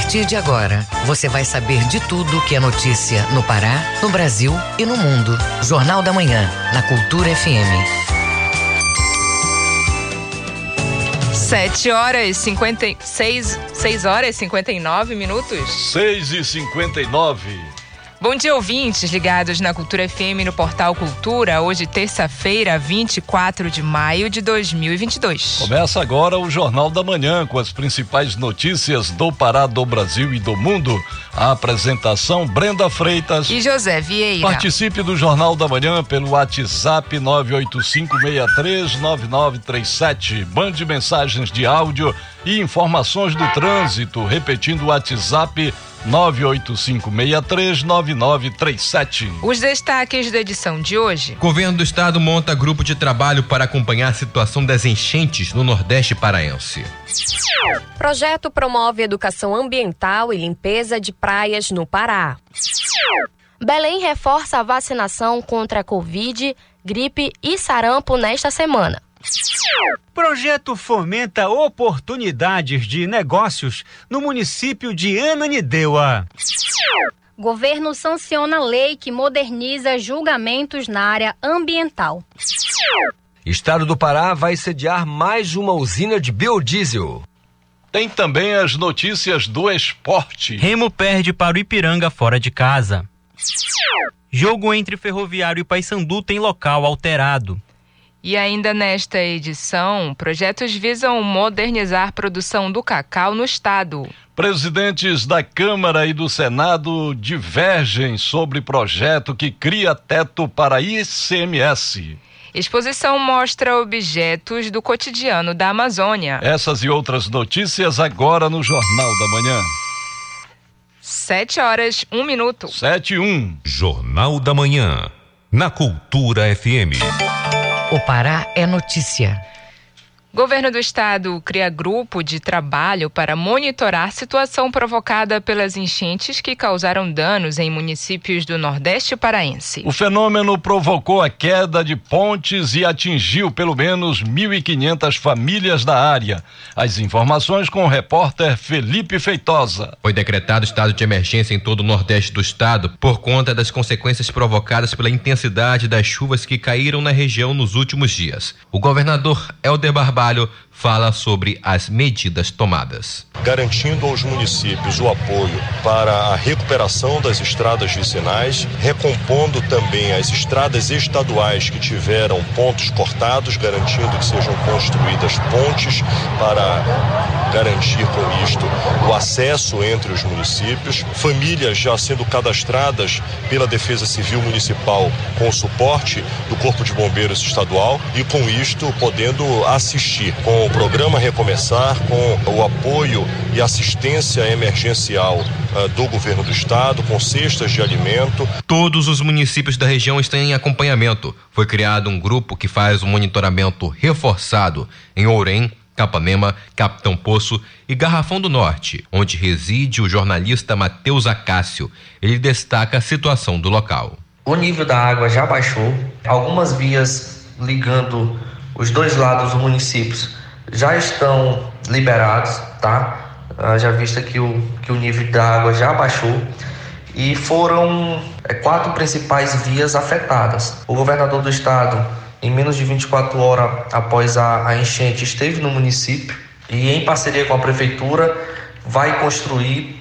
partir de agora, você vai saber de tudo que é notícia no Pará, no Brasil e no mundo. Jornal da Manhã, na Cultura FM. 6 horas e 59 minutos. 6h59. Bom dia, ouvintes ligados na Cultura FM no Portal Cultura. Hoje, terça-feira, 24 de maio de 2022. Começa agora o Jornal da Manhã com as principais notícias do Pará, do Brasil e do mundo. A apresentação, Brenda Freitas e José Vieira. Participe do Jornal da Manhã pelo WhatsApp 985639937. Mande mensagens de áudio e informações do trânsito. Repetindo o WhatsApp 985639937. Os destaques da edição de hoje. Governo do Estado monta grupo de trabalho para acompanhar a situação das enchentes no Nordeste paraense. Projeto promove educação ambiental e limpeza de praias no Pará. Belém reforça a vacinação contra a Covid, gripe e sarampo nesta semana. Projeto fomenta oportunidades de negócios no município de Ananindeua. Governo sanciona lei que moderniza julgamentos na área ambiental. Estado do Pará vai sediar mais uma usina de biodiesel. Tem também as notícias do esporte. Remo perde para o Ipiranga fora de casa. Jogo entre Ferroviário e Paysandu tem local alterado. E ainda nesta edição, projetos visam modernizar a produção do cacau no estado. Presidentes da Câmara e do Senado divergem sobre projeto que cria teto para ICMS. Exposição mostra objetos do cotidiano da Amazônia. Essas e outras notícias agora no Jornal da Manhã. 7 horas, 1 minuto. 7:01. Jornal da Manhã, na Cultura FM. O Pará é notícia. Governo do Estado cria grupo de trabalho para monitorar a situação provocada pelas enchentes que causaram danos em municípios do Nordeste paraense. O fenômeno provocou a queda de pontes e atingiu pelo menos 1.500 famílias da área. As informações com o repórter Felipe Feitosa. Foi decretado estado de emergência em todo o Nordeste do estado por conta das consequências provocadas pela intensidade das chuvas que caíram na região nos últimos dias. O governador Helder Barbalho fala sobre as medidas tomadas. Garantindo aos municípios o apoio para a recuperação das estradas vicinais, recompondo também as estradas estaduais que tiveram pontos cortados, garantindo que sejam construídas pontes para garantir com isto o acesso entre os municípios, famílias já sendo cadastradas pela Defesa Civil Municipal com o suporte do Corpo de Bombeiros Estadual e com isto podendo assistir com o programa Recomeçar, com o apoio e assistência emergencial do governo do estado, com cestas de alimento. Todos os municípios da região estão em acompanhamento. Foi criado um grupo que faz um monitoramento reforçado em Ourém, Capanema, Capitão Poço e Garrafão do Norte, onde reside o jornalista Matheus Acácio. Ele destaca a situação do local. O nível da água já baixou, algumas vias ligando os dois lados dos municípios já estão liberados, tá? Já vista que o nível da água já baixou e foram 4 principais vias afetadas. O governador do estado, em menos de 24 horas após a enchente, esteve no município e, em parceria com a prefeitura, vai construir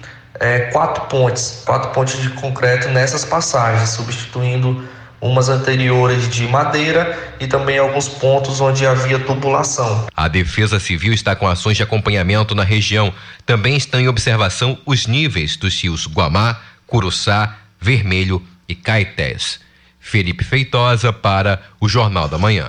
4 pontes de concreto nessas passagens, substituindo umas anteriores de madeira e também alguns pontos onde havia tubulação. A Defesa Civil está com ações de acompanhamento na região. Também estão em observação os níveis dos rios Guamá, Curuçá, Vermelho e Caetés. Felipe Feitosa para o Jornal da Manhã.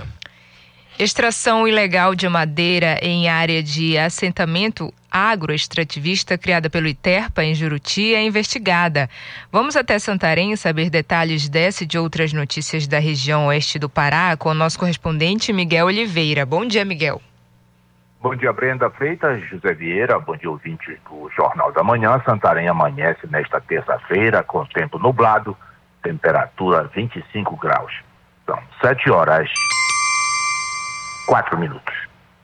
Extração ilegal de madeira em área de assentamento agroextrativista criada pelo Iterpa em Juruti é investigada. Vamos até Santarém saber detalhes dessa e de outras notícias da região oeste do Pará com o nosso correspondente Miguel Oliveira. Bom dia, Miguel. Bom dia, Brenda Freitas, José Vieira, bom dia, ouvintes do Jornal da Manhã. Santarém amanhece nesta terça-feira com tempo nublado, temperatura 25 graus. São 7 horas 4 minutos.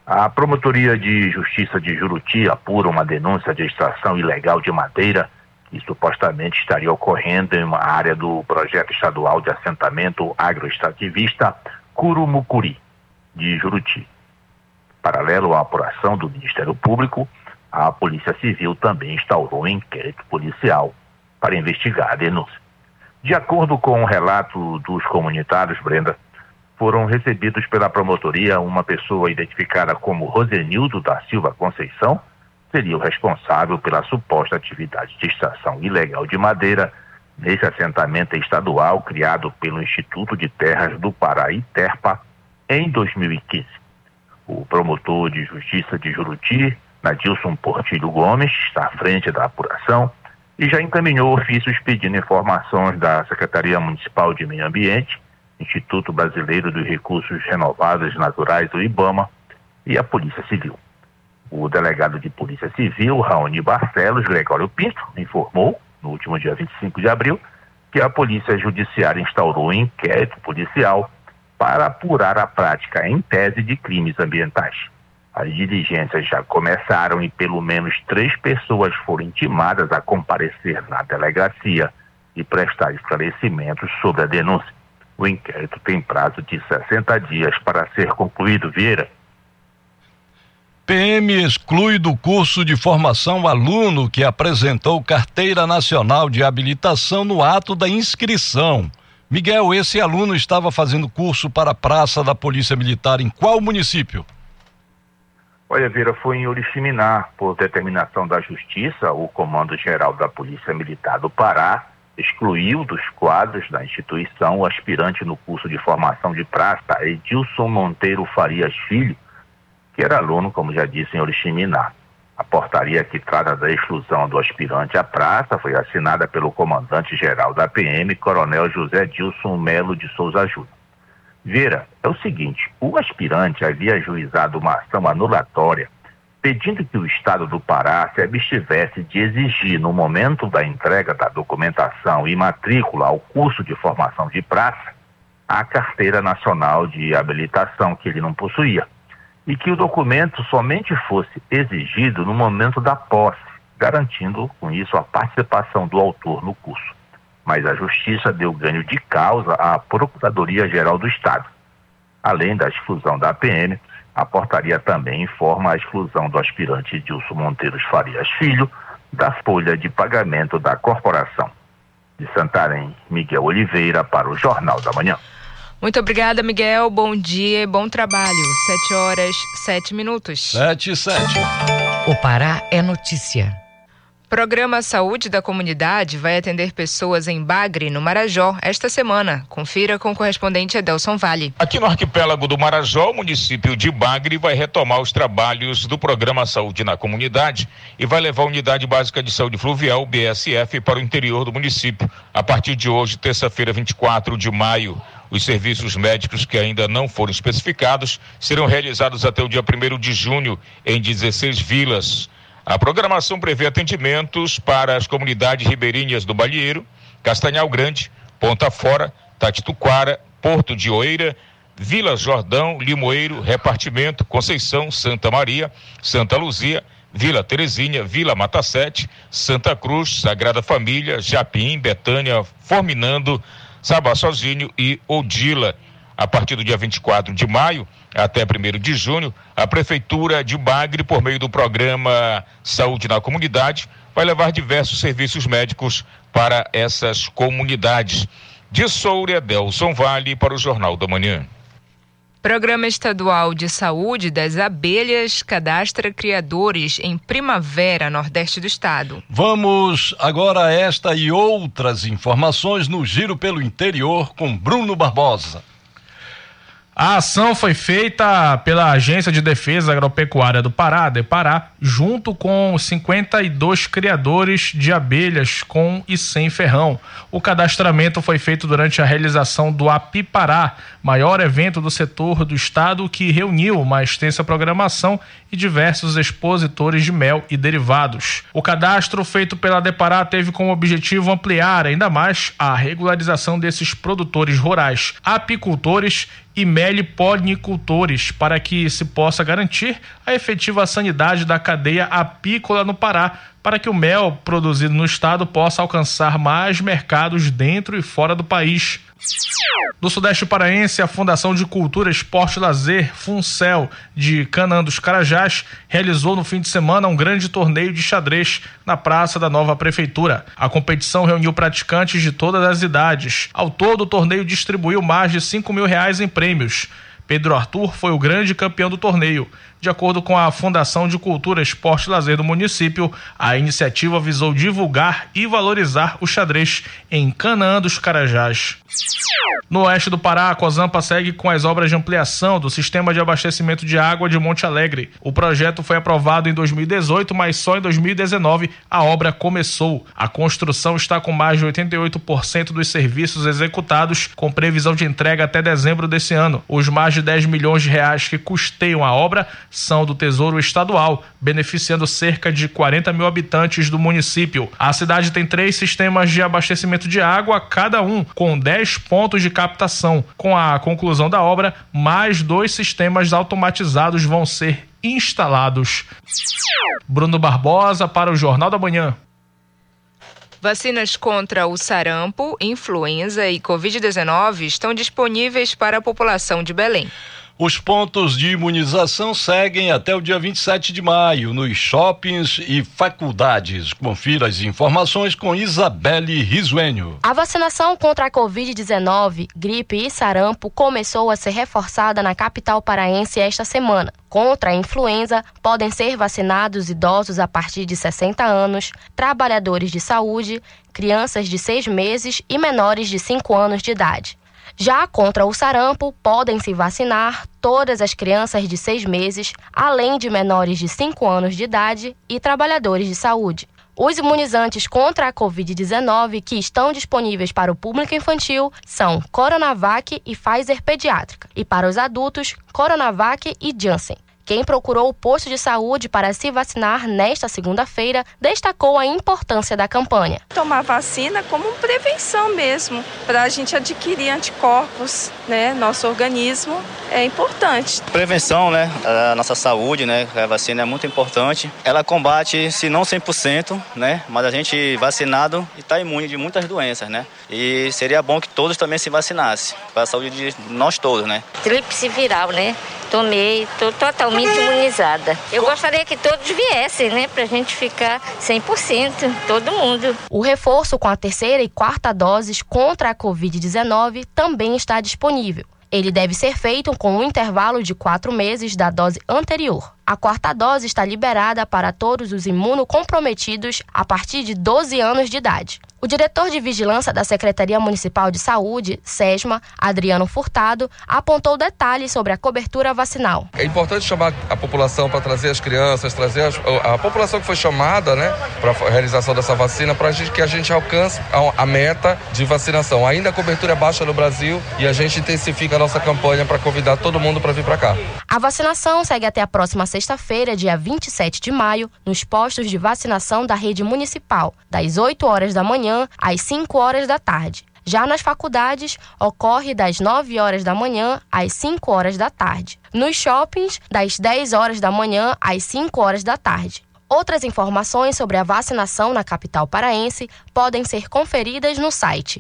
A Promotoria de Justiça de Juruti apura uma denúncia de extração ilegal de madeira que supostamente estaria ocorrendo em uma área do projeto estadual de assentamento agroextrativista Curumucuri, de Juruti. Paralelo à apuração do Ministério Público, a Polícia Civil também instaurou um inquérito policial para investigar a denúncia. De acordo com o relato dos comunitários, Brenda, foram recebidos pela promotoria uma pessoa identificada como Rosenildo da Silva Conceição, seria o responsável pela suposta atividade de extração ilegal de madeira nesse assentamento estadual criado pelo Instituto de Terras do Pará, ITERPA, em 2015. O promotor de Justiça de Juruti, Nadilson Portilho Gomes, está à frente da apuração e já encaminhou ofícios pedindo informações da Secretaria Municipal de Meio Ambiente, Instituto Brasileiro dos Recursos Renováveis Naturais, do IBAMA, e a Polícia Civil. O delegado de Polícia Civil, Raoni Barcelos Gregório Pinto, informou, no último dia 25 de abril, que a Polícia Judiciária instaurou um inquérito policial para apurar a prática em tese de crimes ambientais. As diligências já começaram e pelo menos 3 pessoas foram intimadas a comparecer na delegacia e prestar esclarecimentos sobre a denúncia. O inquérito tem prazo de 60 dias para ser concluído. Vieira. PM exclui do curso de formação aluno que apresentou carteira nacional de habilitação no ato da inscrição. Miguel, esse aluno estava fazendo curso para a Praça da Polícia Militar em qual município? Olha, Vieira, foi em Oriximiná, por determinação da Justiça, o Comando Geral da Polícia Militar do Pará excluiu dos quadros da instituição o aspirante no curso de formação de praça Edilson Monteiro Farias Filho, que era aluno, como já disse, em Oriximiná. A portaria que trata da exclusão do aspirante à praça foi assinada pelo comandante-geral da PM, Coronel José Dilson Melo de Souza Júnior. Vieira, é o seguinte, o aspirante havia ajuizado uma ação anulatória pedindo que o Estado do Pará se abstivesse de exigir, no momento da entrega da documentação e matrícula ao curso de formação de praça, a carteira nacional de habilitação que ele não possuía, e que o documento somente fosse exigido no momento da posse, garantindo com isso a participação do autor no curso. Mas a Justiça deu ganho de causa à Procuradoria-Geral do Estado. Além da exclusão da PM, a portaria também informa a exclusão do aspirante Edilson Monteiro Farias Filho da folha de pagamento da corporação. De Santarém, Miguel Oliveira para o Jornal da Manhã. Muito obrigada, Miguel. Bom dia e bom trabalho. 7h07. 7h07. O Pará é notícia. Programa Saúde da Comunidade vai atender pessoas em Bagre, no Marajó, esta semana. Confira com o correspondente Edelson Vale. Aqui no arquipélago do Marajó, o município de Bagre vai retomar os trabalhos do Programa Saúde na Comunidade e vai levar a Unidade Básica de Saúde Fluvial, BSF, para o interior do município. A partir de hoje, terça-feira, 24 de maio, os serviços médicos que ainda não foram especificados serão realizados até o dia 1º de junho em 16 vilas. A programação prevê atendimentos para as comunidades ribeirinhas do Balieiro, Castanhal Grande, Ponta Fora, Tatituquara, Porto de Oeira, Vila Jordão, Limoeiro, Repartimento, Conceição, Santa Maria, Santa Luzia, Vila Terezinha, Vila Mata Sete, Santa Cruz, Sagrada Família, Japim, Betânia, Forminando, Sabá Sozinho e Odila. A partir do dia 24 de maio até 1º de junho, a Prefeitura de Bagre, por meio do programa Saúde na Comunidade, vai levar diversos serviços médicos para essas comunidades. De Soura, Delson Vale para o Jornal da Manhã. Programa Estadual de Saúde das Abelhas cadastra criadores em Primavera, Nordeste do Estado. Vamos agora a esta e outras informações no Giro pelo Interior com Bruno Barbosa. A ação foi feita pela Agência de Defesa Agropecuária do Pará, DEPARÁ, junto com 52 criadores de abelhas com e sem ferrão. O cadastramento foi feito durante a realização do Apipará, maior evento do setor do estado que reuniu uma extensa programação e diversos expositores de mel e derivados. O cadastro feito pela DEPARÁ teve como objetivo ampliar ainda mais a regularização desses produtores rurais, apicultores e meliponicultores, para que se possa garantir a efetiva sanidade da cadeia apícola no Pará, para que o mel produzido no estado possa alcançar mais mercados dentro e fora do país. No Sudeste Paraense, a Fundação de Cultura, Esporte e Lazer, FUNCEL, de Canaã dos Carajás, realizou no fim de semana um grande torneio de xadrez na Praça da Nova Prefeitura. A competição reuniu praticantes de todas as idades. Ao todo, o torneio distribuiu mais de R$5 mil em prêmios. Pedro Arthur foi o grande campeão do torneio. De acordo com a Fundação de Cultura, Esporte e Lazer do município, a iniciativa visou divulgar e valorizar o xadrez em Canaã dos Carajás. No oeste do Pará, a Cozampa segue com as obras de ampliação do sistema de abastecimento de água de Monte Alegre. O projeto foi aprovado em 2018, mas só em 2019 a obra começou. A construção está com mais de 88% dos serviços executados, com previsão de entrega até dezembro desse ano. Os mais de R$10 milhões que custeiam a obra são do Tesouro Estadual, beneficiando cerca de 40 mil habitantes do município. A cidade tem 3 sistemas de abastecimento de água, cada um com 10 pontos de captação. Com a conclusão da obra, mais 2 sistemas automatizados vão ser instalados. Bruno Barbosa para o Jornal da Manhã. Vacinas contra o sarampo, influenza e Covid-19 estão disponíveis para a população de Belém. Os pontos de imunização seguem até o dia 27 de maio nos shoppings e faculdades. Confira as informações com Isabelle Risuênio. A vacinação contra a Covid-19, gripe e sarampo começou a ser reforçada na capital paraense esta semana. Contra a influenza, podem ser vacinados idosos a partir de 60 anos, trabalhadores de saúde, crianças de 6 meses e menores de 5 anos de idade. Já contra o sarampo, podem se vacinar todas as crianças de 6 meses, além de menores de 5 anos de idade e trabalhadores de saúde. Os imunizantes contra a Covid-19 que estão disponíveis para o público infantil são Coronavac e Pfizer Pediátrica, e para os adultos, Coronavac e Janssen. Quem procurou o posto de saúde para se vacinar nesta segunda-feira destacou a importância da campanha. Tomar vacina como prevenção mesmo, para a gente adquirir anticorpos, né? Nosso organismo é importante. Prevenção, né? A nossa saúde, né? A vacina é muito importante. Ela combate, se não 100%, né? Mas a gente vacinado está imune de muitas doenças, né? E seria bom que todos também se vacinassem, para a saúde de nós todos, né? Tríplice viral, né? Tomei, estou totalmente imunizada. Eu gostaria que todos viessem, né? Pra gente ficar 100%, todo mundo. O reforço com a 3ª e 4ª doses contra a Covid-19 também está disponível. Ele deve ser feito com um intervalo de 4 meses da dose anterior. A 4ª dose está liberada para todos os imunocomprometidos a partir de 12 anos de idade. O diretor de Vigilância da Secretaria Municipal de Saúde, SESMA, Adriano Furtado, apontou detalhes sobre a cobertura vacinal. É importante chamar a população para trazer as crianças, trazer a população que foi chamada, né, para a realização dessa vacina, para que a gente alcance a meta de vacinação. Ainda a cobertura é baixa no Brasil e a gente intensifica a nossa campanha para convidar todo mundo para vir para cá. A vacinação segue até a próxima sexta-feira, dia 27 de maio, nos postos de vacinação da rede municipal, das 8 horas da manhã às 5 horas da tarde. Já nas faculdades, ocorre das 9 horas da manhã às 5 horas da tarde. Nos shoppings, das 10 horas da manhã às 5 horas da tarde. Outras informações sobre a vacinação na capital paraense podem ser conferidas no site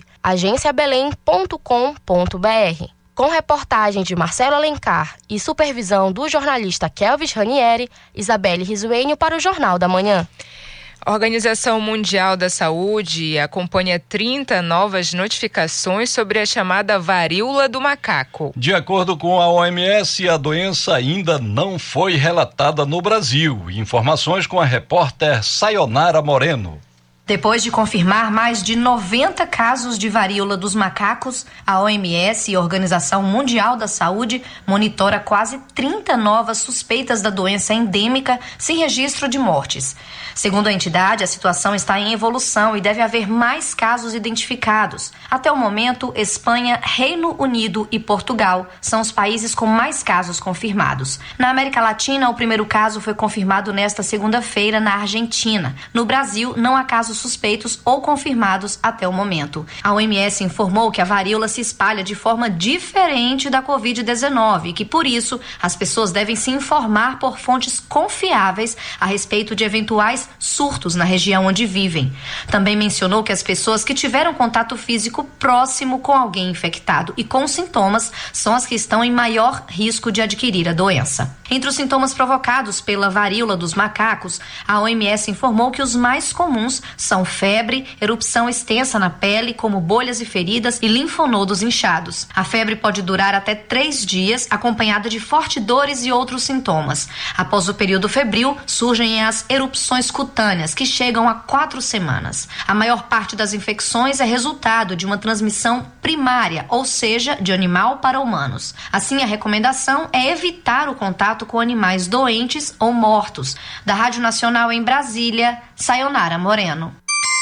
agenciabelém.com.br. Com reportagem de Marcelo Alencar e supervisão do jornalista Kelvis Ranieri, Isabelle Risuênio para o Jornal da Manhã. A Organização Mundial da Saúde acompanha 30 novas notificações sobre a chamada varíola do macaco. De acordo com a OMS, a doença ainda não foi relatada no Brasil. Informações com a repórter Sayonara Moreno. Depois de confirmar mais de 90 casos de varíola dos macacos, a OMS, a Organização Mundial da Saúde, monitora quase 30 novas suspeitas da doença endêmica sem registro de mortes. Segundo a entidade, a situação está em evolução e deve haver mais casos identificados. Até o momento, Espanha, Reino Unido e Portugal são os países com mais casos confirmados. Na América Latina, o primeiro caso foi confirmado nesta segunda-feira na Argentina. No Brasil, não há casos suspeitos ou confirmados até o momento. A OMS informou que a varíola se espalha de forma diferente da Covid-19 e que, por isso, as pessoas devem se informar por fontes confiáveis a respeito de eventuais surtos na região onde vivem. Também mencionou que as pessoas que tiveram contato físico próximo com alguém infectado e com sintomas são as que estão em maior risco de adquirir a doença. Entre os sintomas provocados pela varíola dos macacos, a OMS informou que os mais comuns são febre, erupção extensa na pele, como bolhas e feridas, e linfonodos inchados. A febre pode durar até 3 dias, acompanhada de fortes dores e outros sintomas. Após o período febril, surgem as erupções cutâneas, que chegam a 4 semanas. A maior parte das infecções é resultado de uma transmissão primária, ou seja, de animal para humanos. Assim, a recomendação é evitar o contato com animais doentes ou mortos. Da Rádio Nacional em Brasília, Sayonara Moreno.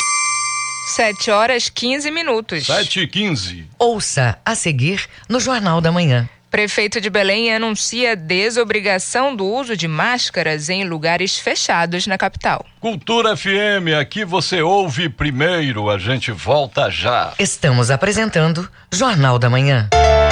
7h15. 7h15. Ouça a seguir no Jornal da Manhã. Prefeito de Belém anuncia desobrigação do uso de máscaras em lugares fechados na capital. Cultura FM, aqui você ouve primeiro, a gente volta já. Estamos apresentando Jornal da Manhã.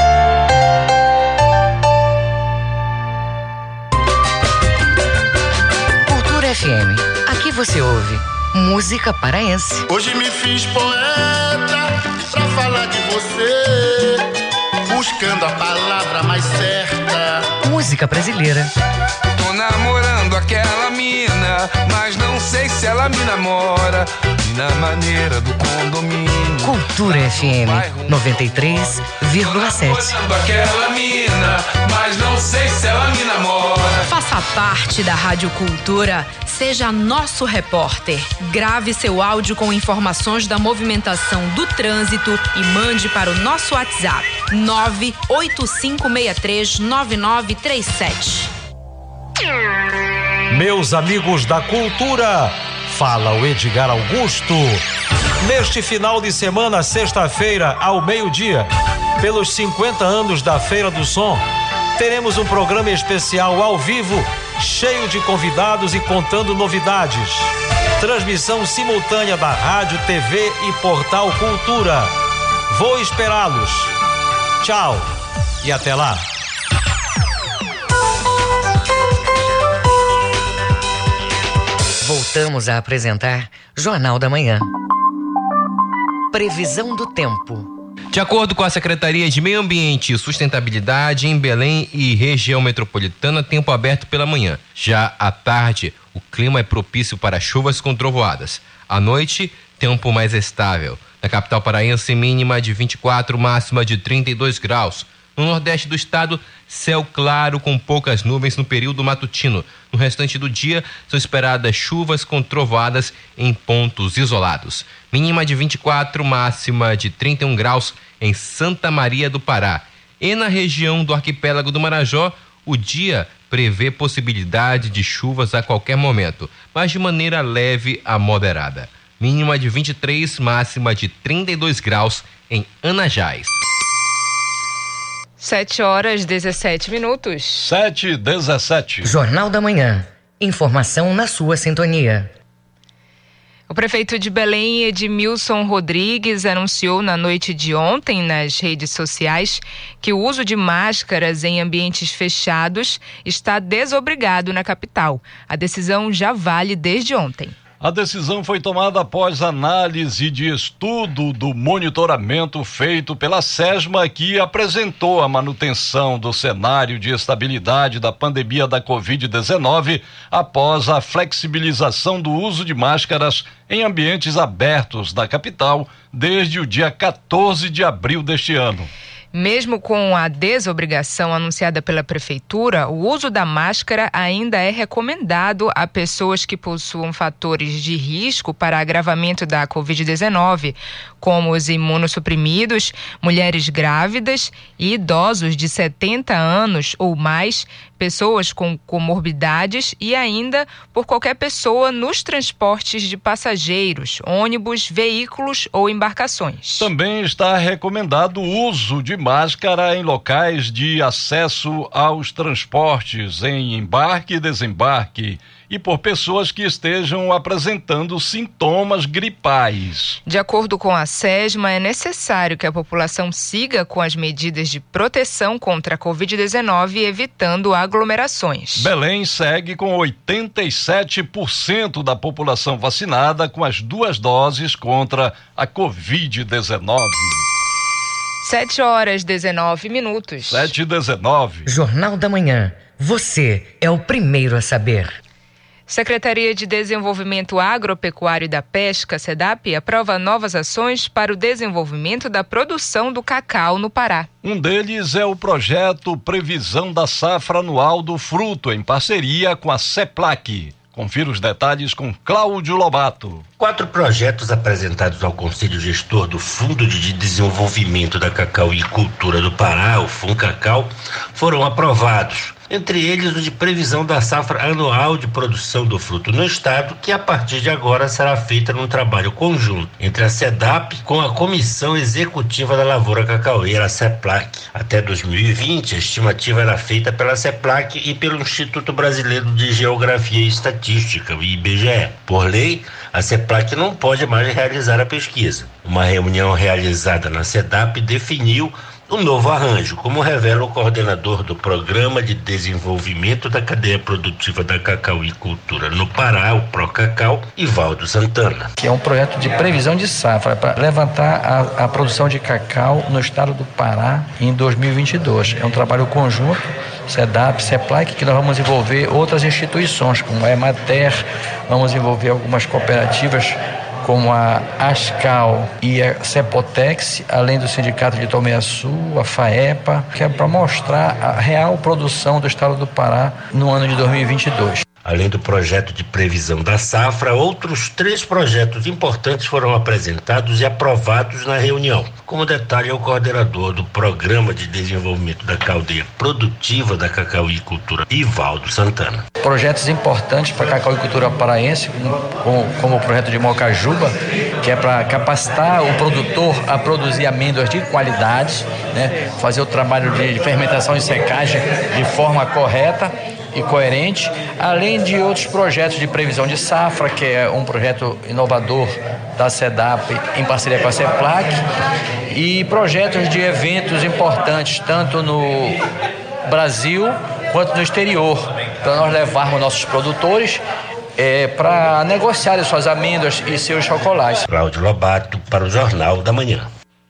Cultura FM, aqui você ouve música paraense. Hoje me fiz poeta pra falar de você, buscando a palavra mais certa. Música brasileira. Tô namorando aquela mina, mas não sei se ela me namora. Na maneira do condomínio. Cultura FM 93,7. Namorando aquela mina, mas não sei se ela me namora. Faça parte da Rádio Cultura. Seja nosso repórter. Grave seu áudio com informações da movimentação do trânsito e mande para o nosso WhatsApp 985639937. Meus amigos da cultura, fala o Edgar Augusto. Neste final de semana, sexta-feira, ao meio-dia, pelos 50 anos da Feira do Som, teremos um programa especial ao vivo, cheio de convidados e contando novidades. Transmissão simultânea da Rádio, TV e Portal Cultura. Vou esperá-los. Tchau e até lá. Voltamos a apresentar Jornal da Manhã. Previsão do tempo. De acordo com a Secretaria de Meio Ambiente e Sustentabilidade, em Belém e região metropolitana, tempo aberto pela manhã. Já à tarde, o clima é propício para chuvas com trovoadas. À noite, tempo mais estável. Na capital paraense, mínima de 24, máxima de 32 graus. No nordeste do estado, céu claro com poucas nuvens no período matutino. No restante do dia, são esperadas chuvas com trovoadas em pontos isolados. Mínima de 24, máxima de 31 graus em Santa Maria do Pará. E na região do arquipélago do Marajó, o dia prevê possibilidade de chuvas a qualquer momento, mas de maneira leve a moderada. Mínima de 23, máxima de 32 graus em Anajás. 7h17. 7h17. Jornal da Manhã. Informação na sua sintonia. O prefeito de Belém, Edmilson Rodrigues, anunciou na noite de ontem nas redes sociais que o uso de máscaras em ambientes fechados está desobrigado na capital. A decisão já vale desde ontem. A decisão foi tomada após análise de estudo do monitoramento feito pela SESMA, que apresentou a manutenção do cenário de estabilidade da pandemia da Covid-19 após a flexibilização do uso de máscaras em ambientes abertos da capital desde o dia 14 de abril deste ano. Mesmo com a desobrigação anunciada pela Prefeitura, o uso da máscara ainda é recomendado a pessoas que possuam fatores de risco para agravamento da Covid-19, como os imunossuprimidos, mulheres grávidas e idosos de 70 anos ou mais, pessoas com comorbidades e ainda por qualquer pessoa nos transportes de passageiros, ônibus, veículos ou embarcações. Também está recomendado o uso de máscara em locais de acesso aos transportes, em embarque e desembarque, e por pessoas que estejam apresentando sintomas gripais. De acordo com a SESMA, é necessário que a população siga com as medidas de proteção contra a Covid-19, evitando aglomerações. Belém segue com 87% da população vacinada com as 2 doses contra a Covid-19. 7h19. 7h19. Jornal da Manhã. Você é o primeiro a saber. Secretaria de Desenvolvimento Agropecuário e da Pesca, SEDAP, aprova novas ações para o desenvolvimento da produção do cacau no Pará. Um deles é o projeto Previsão da Safra Anual do Fruto, em parceria com a CEPLAC. Confira os detalhes com Cláudio Lobato. 4 projetos apresentados ao Conselho Gestor do Fundo de Desenvolvimento da Cacauicultura do Pará, o FUNCACAU, foram aprovados. Entre eles o de previsão da safra anual de produção do fruto no estado, que a partir de agora será feita num trabalho conjunto entre a SEDAP com a Comissão Executiva da Lavoura Cacaueira, a CEPLAC. Até 2020, a estimativa era feita pela CEPLAC e pelo Instituto Brasileiro de Geografia e Estatística, o IBGE. Por lei, a CEPLAC não pode mais realizar a pesquisa. Uma reunião realizada na SEDAP definiu um novo arranjo, como revela o coordenador do Programa de Desenvolvimento da Cadeia Produtiva da Cacauicultura no Pará, o PROCACAU, Ivaldo Santana. Que é um projeto de previsão de safra para levantar a produção de cacau no estado do Pará em 2022. É um trabalho conjunto, SEDAP, CEPLAC, que nós vamos envolver outras instituições, como a EMATER, vamos envolver algumas cooperativas como a ASCAL e a CEPOTEX, além do Sindicato de Tomeaçu, a FAEPA, que é para mostrar a real produção do estado do Pará no ano de 2022. Além do projeto de previsão da safra, outros 3 projetos importantes foram apresentados e aprovados na reunião. Como detalhe, é o coordenador do Programa de Desenvolvimento da Cadeia Produtiva da Cacauicultura, Ivaldo Santana. Projetos importantes para a cacauicultura paraense, como o projeto de Mocajuba, que é para capacitar o produtor a produzir amêndoas de qualidade, né? Fazer o trabalho de fermentação e secagem de forma correta e coerente, além de outros projetos de previsão de safra, que é um projeto inovador da SEDAP em parceria com a CEPLAC, e projetos de eventos importantes, tanto no Brasil quanto no exterior, para nós levarmos nossos produtores para negociar suas amêndoas e seus chocolates. Cláudio Lobato para o Jornal da Manhã.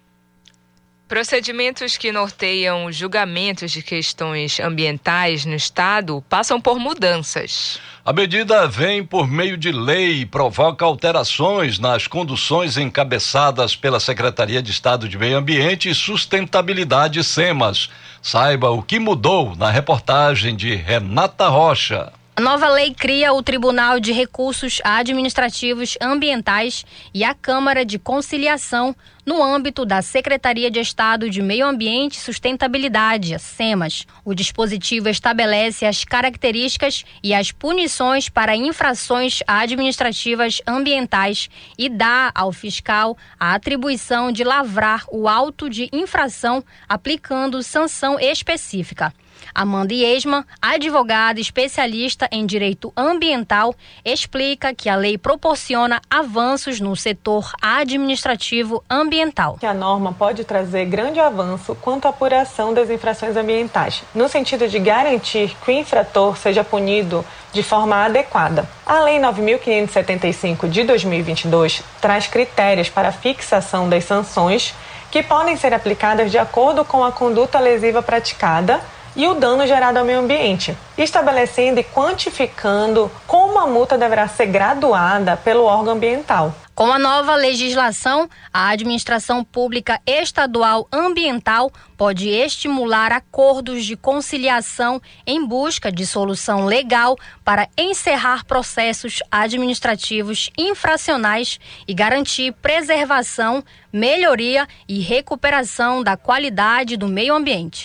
Procedimentos que norteiam julgamentos de questões ambientais no estado passam por mudanças. A medida vem por meio de lei e provoca alterações nas conduções encabeçadas pela Secretaria de Estado de Meio Ambiente e Sustentabilidade, SEMAS. Saiba o que mudou na reportagem de Renata Rocha. A nova lei cria o Tribunal de Recursos Administrativos Ambientais e a Câmara de Conciliação no âmbito da Secretaria de Estado de Meio Ambiente e Sustentabilidade, a SEMAS. O dispositivo estabelece as características e as punições para infrações administrativas ambientais e dá ao fiscal a atribuição de lavrar o auto de infração aplicando sanção específica. Amanda Iesma, advogada especialista em direito ambiental, explica que a lei proporciona avanços no setor administrativo ambiental. A norma pode trazer grande avanço quanto à apuração das infrações ambientais, no sentido de garantir que o infrator seja punido de forma adequada. A Lei 9.575 de 2022 traz critérios para a fixação das sanções que podem ser aplicadas de acordo com a conduta lesiva praticada e o dano gerado ao meio ambiente, estabelecendo e quantificando como a multa deverá ser graduada pelo órgão ambiental. Com a nova legislação, a administração pública estadual ambiental pode estimular acordos de conciliação em busca de solução legal para encerrar processos administrativos infracionais e garantir preservação, melhoria e recuperação da qualidade do meio ambiente.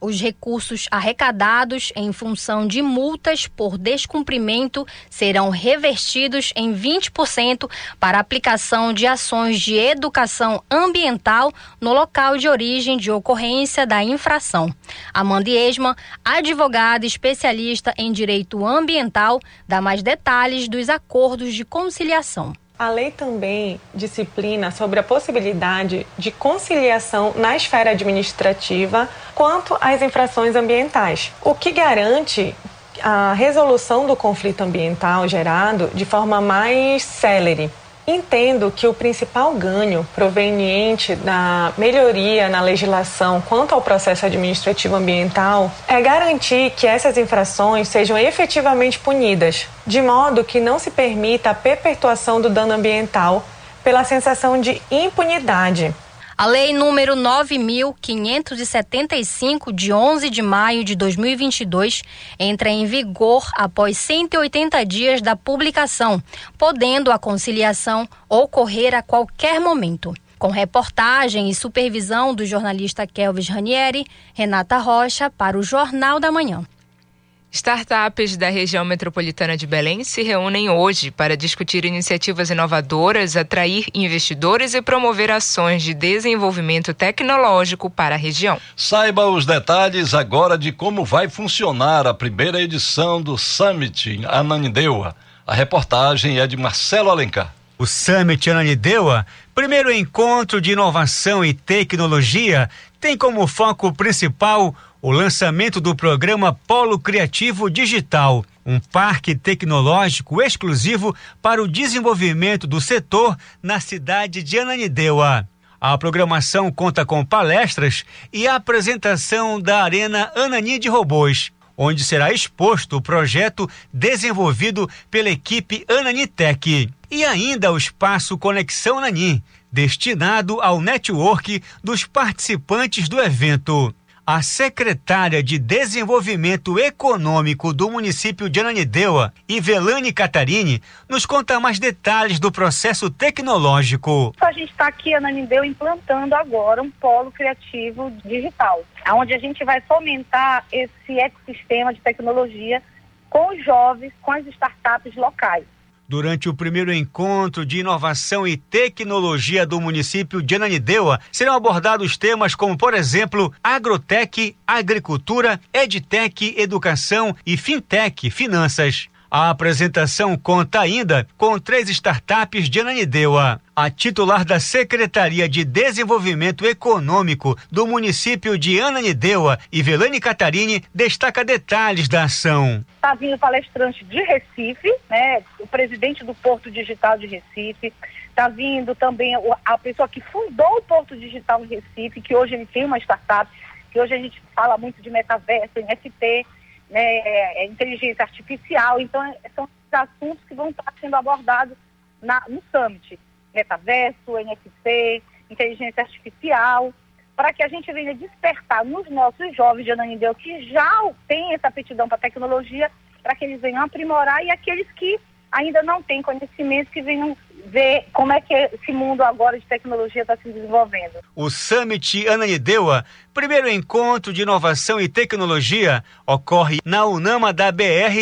Os recursos arrecadados em função de multas por descumprimento serão revertidos em 20% para aplicação de ações de educação ambiental no local de origem de ocorrência da infração. Amanda Esma, advogada especialista em direito ambiental, dá mais detalhes dos acordos de conciliação. A lei também disciplina sobre a possibilidade de conciliação na esfera administrativa quanto às infrações ambientais, o que garante a resolução do conflito ambiental gerado de forma mais célere. Entendo que o principal ganho proveniente da melhoria na legislação quanto ao processo administrativo ambiental é garantir que essas infrações sejam efetivamente punidas, de modo que não se permita a perpetuação do dano ambiental pela sensação de impunidade. A Lei número 9.575, de 11 de maio de 2022, entra em vigor após 180 dias da publicação, podendo a conciliação ocorrer a qualquer momento. Com reportagem e supervisão do jornalista Kelvis Ranieri, Renata Rocha para o Jornal da Manhã. Startups da região metropolitana de Belém se reúnem hoje para discutir iniciativas inovadoras, atrair investidores e promover ações de desenvolvimento tecnológico para a região. Saiba os detalhes agora de como vai funcionar a primeira edição do Summit Ananindeua. A reportagem é de Marcelo Alencar. O Summit Ananindeua, primeiro encontro de inovação e tecnologia, tem como foco principal o lançamento do programa Polo Criativo Digital, um parque tecnológico exclusivo para o desenvolvimento do setor na cidade de Ananindeua. A programação conta com palestras e a apresentação da Arena Anani de Robôs, onde será exposto o projeto desenvolvido pela equipe Ananitec. E ainda o espaço Conexão Anani, destinado ao network dos participantes do evento. A secretária de Desenvolvimento Econômico do município de Ananindeua, Ivelane Catarini, nos conta mais detalhes do processo tecnológico. A gente está aqui em Ananindeua implantando agora um polo criativo digital, onde a gente vai fomentar esse ecossistema de tecnologia com os jovens, com as startups locais. Durante o primeiro encontro de inovação e tecnologia do município de Ananindeua, serão abordados temas como, por exemplo, agrotech, agricultura, edtech, educação e fintech, finanças. A apresentação conta ainda com 3 startups de Ananindeua. A titular da Secretaria de Desenvolvimento Econômico do município de Ananindeua, Ivelane Catarini, destaca detalhes da ação. Está vindo palestrante de Recife, né? O presidente do Porto Digital de Recife. Está vindo também a pessoa que fundou o Porto Digital de Recife, que hoje ele tem uma startup, que hoje a gente fala muito de metaverso, NFT, né, inteligência artificial. Então, são assuntos que vão estar sendo abordados no Summit. Metaverso, NFT, inteligência artificial, para que a gente venha despertar nos nossos jovens de Ananindeua que já têm essa aptidão para tecnologia, para que eles venham aprimorar, e aqueles que ainda não têm conhecimento, que venham ver como é que esse mundo agora de tecnologia está se desenvolvendo. O Summit Ananindeua, primeiro encontro de inovação e tecnologia, ocorre na Unama da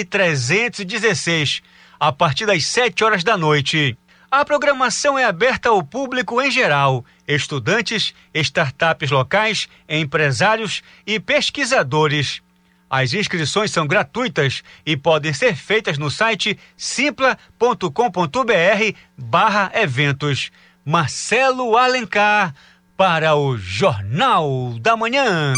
BR-316, a partir das 7 horas da noite. A programação é aberta ao público em geral, estudantes, startups locais, empresários e pesquisadores. As inscrições são gratuitas e podem ser feitas no site simpla.com.br/eventos. Marcelo Alencar, para o Jornal da Manhã.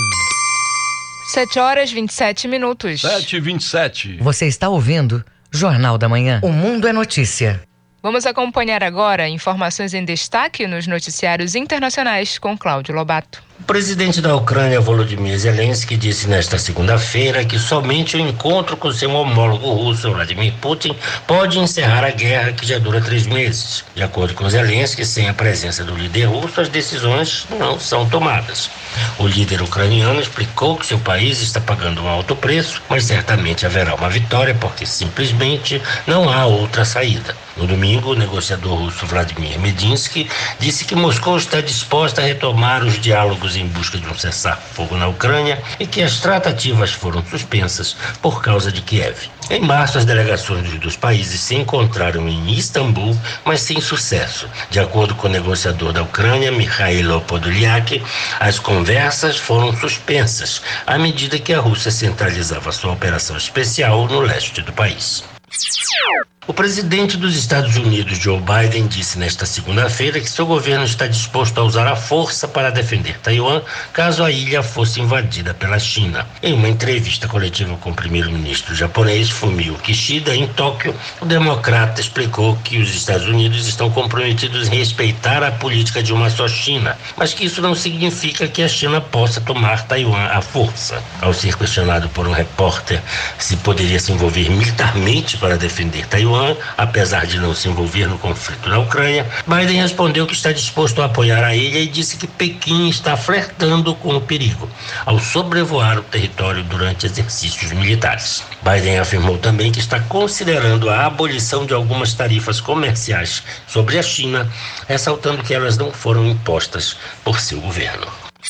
7h27. 7h27. Você está ouvindo Jornal da Manhã. O Mundo é Notícia. Vamos acompanhar agora informações em destaque nos noticiários internacionais com Cláudio Lobato. O presidente da Ucrânia, Volodymyr Zelensky, disse nesta segunda-feira que somente o encontro com seu homólogo russo, Vladimir Putin, pode encerrar a guerra que já dura 3 meses. De acordo com Zelensky, sem a presença do líder russo, as decisões não são tomadas. O líder ucraniano explicou que seu país está pagando um alto preço, mas certamente haverá uma vitória porque simplesmente não há outra saída. No domingo, o negociador russo Vladimir Medinsky disse que Moscou está disposta a retomar os diálogos aliados em busca de um cessar-fogo na Ucrânia e que as tratativas foram suspensas por causa de Kiev. Em março, as delegações dos dois países se encontraram em Istambul, mas sem sucesso. De acordo com o negociador da Ucrânia, Mikhailo Podolyak, as conversas foram suspensas à medida que a Rússia centralizava sua operação especial no leste do país. O presidente dos Estados Unidos, Joe Biden, disse nesta segunda-feira que seu governo está disposto a usar a força para defender Taiwan caso a ilha fosse invadida pela China. Em uma entrevista coletiva com o primeiro-ministro japonês Fumio Kishida em Tóquio, o democrata explicou que os Estados Unidos estão comprometidos em respeitar a política de uma só China, mas que isso não significa que a China possa tomar Taiwan à força. Ao ser questionado por um repórter se poderia se envolver militarmente para defender Taiwan, apesar de não se envolver no conflito na Ucrânia, Biden respondeu que está disposto a apoiar a ilha e disse que Pequim está flertando com o perigo ao sobrevoar o território durante exercícios militares. Biden afirmou também que está considerando a abolição de algumas tarifas comerciais sobre a China, ressaltando que elas não foram impostas por seu governo.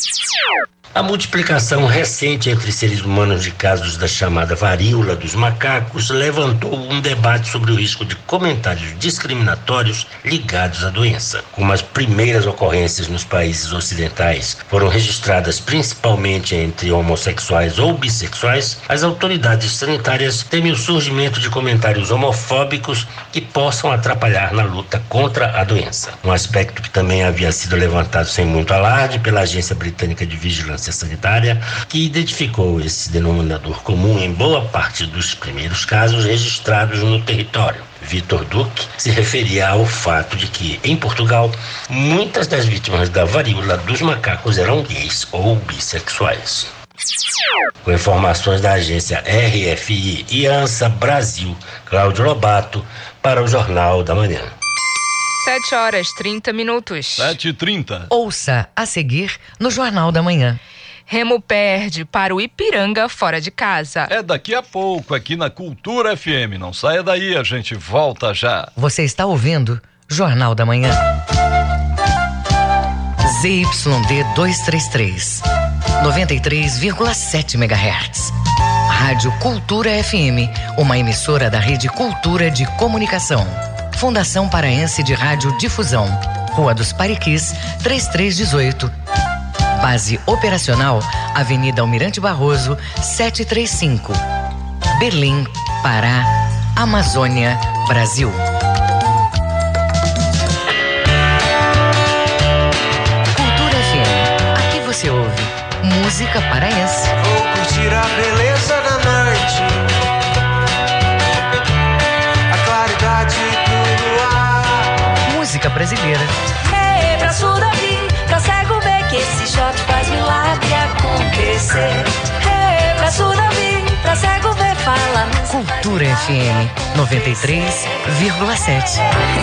A multiplicação recente entre seres humanos de casos da chamada varíola dos macacos levantou um debate sobre o risco de comentários discriminatórios ligados à doença. Como as primeiras ocorrências nos países ocidentais foram registradas principalmente entre homossexuais ou bissexuais, as autoridades sanitárias temem o surgimento de comentários homofóbicos que possam atrapalhar na luta contra a doença. Um aspecto que também havia sido levantado sem muito alarde pela Agência Britânica de Vigilância Sanitária, que identificou esse denominador comum em boa parte dos primeiros casos registrados no território. Vitor Duque se referia ao fato de que, em Portugal, muitas das vítimas da varíola dos macacos eram gays ou bissexuais. Com informações da agência RFI e ANSA Brasil, Cláudio Lobato, para o Jornal da Manhã. 7h30. 7h30. Ouça a seguir no Jornal da Manhã. Remo perde para o Ipiranga fora de casa. É daqui a pouco, aqui na Cultura FM. Não saia daí, a gente volta já. Você está ouvindo Jornal da Manhã. ZYD 233, 93,7 MHz. Rádio Cultura FM, uma emissora da Rede Cultura de Comunicação. Fundação Paraense de Rádio Difusão, Rua dos Pariquis, 3318. Base operacional, Avenida Almirante Barroso, 735. Berlim, Pará, Amazônia, Brasil. Cultura FM, aqui você ouve música paraense. Vou curtir a beleza da noite, a claridade do luar. Música brasileira. Hey, pra Sudavi, pra cego ver que esse shot faz milagre acontecer. Hey, pra Sudavi, pra cego ver, fala. Cultura FM 93,7.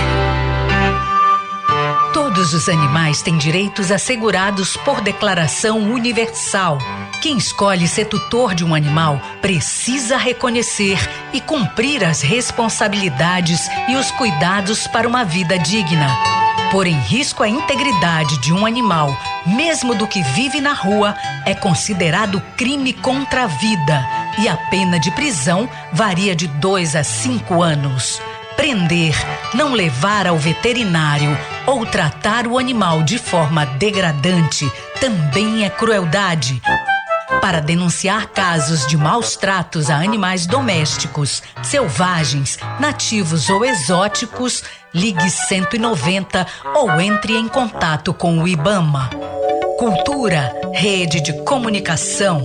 Todos os animais têm direitos assegurados por Declaração Universal. Quem escolhe ser tutor de um animal precisa reconhecer e cumprir as responsabilidades e os cuidados para uma vida digna. Pôr em risco a integridade de um animal, mesmo do que vive na rua, é considerado crime contra a vida e a pena de prisão varia de 2 a 5 anos. Prender, não levar ao veterinário ou tratar o animal de forma degradante também é crueldade. Para denunciar casos de maus tratos a animais domésticos, selvagens, nativos ou exóticos, ligue 190 ou entre em contato com o IBAMA. Cultura, rede de comunicação.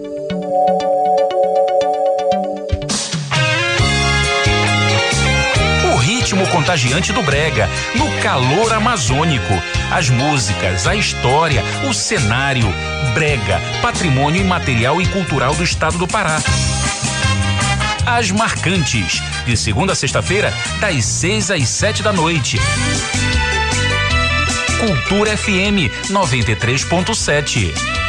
Ritmo contagiante do brega, no calor amazônico. As músicas, a história, o cenário. Brega, patrimônio imaterial e cultural do estado do Pará. As Marcantes, de segunda a sexta-feira, das 6 às 7 da noite. Cultura FM 93,7.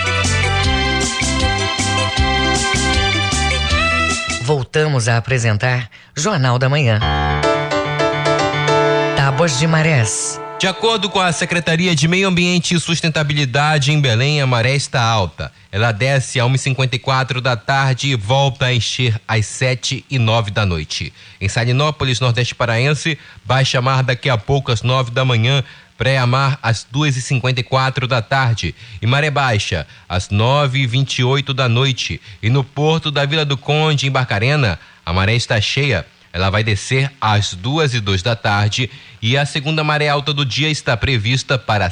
Voltamos a apresentar Jornal da Manhã. Tábuas de Marés, De acordo com a Secretaria de Meio Ambiente e Sustentabilidade em Belém, a maré está alta. Ela desce a 1h54 da tarde e volta a encher às 7h09 da noite. Em Salinópolis, Nordeste Paraense, baixa mar daqui a pouco às 9 da manhã, pré-mar às 2h54 da tarde e maré baixa às 9h28 da noite. E no porto da Vila do Conde, em Barcarena, a maré está cheia. Ela vai descer às 2h02 da tarde e a segunda maré alta do dia está prevista para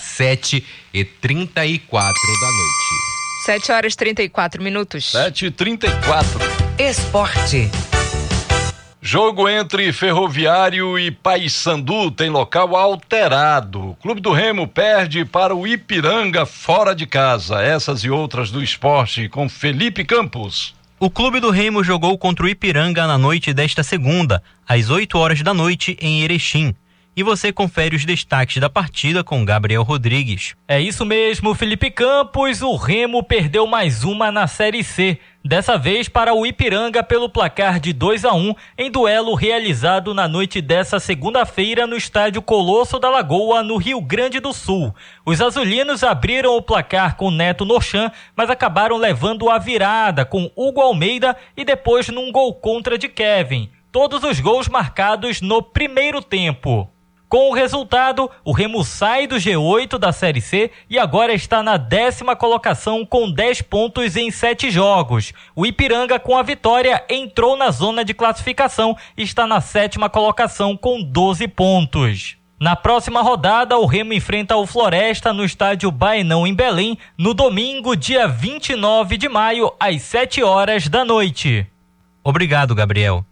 7h34 da noite. 7h34. 7h34. Esporte. Jogo entre Ferroviário e Paysandu tem local alterado. O Clube do Remo perde para o Ipiranga fora de casa. Essas e outras do esporte com Felipe Campos. O Clube do Remo jogou contra o Ipiranga na noite desta segunda, às 8 horas da noite, em Erechim. E você confere os destaques da partida com Gabriel Rodrigues. É isso mesmo, Felipe Campos. O Remo perdeu mais uma na Série C. Dessa vez para o Ipiranga pelo placar de 2-1 em duelo realizado na noite dessa segunda-feira no estádio Colosso da Lagoa, no Rio Grande do Sul. Os azulinos abriram o placar com Neto Norchan, mas acabaram levando a virada com Hugo Almeida e depois num gol contra de Kevin. Todos os gols marcados no primeiro tempo. Com o resultado, o Remo sai do G8 da Série C e agora está na 10ª colocação com 10 pontos em 7 jogos. O Ipiranga, com a vitória, entrou na zona de classificação e está na 7ª colocação com 12 pontos. Na próxima rodada, o Remo enfrenta o Floresta no estádio Baenão, em Belém, no domingo, dia 29 de maio, às 7 horas da noite. Obrigado, Gabriel.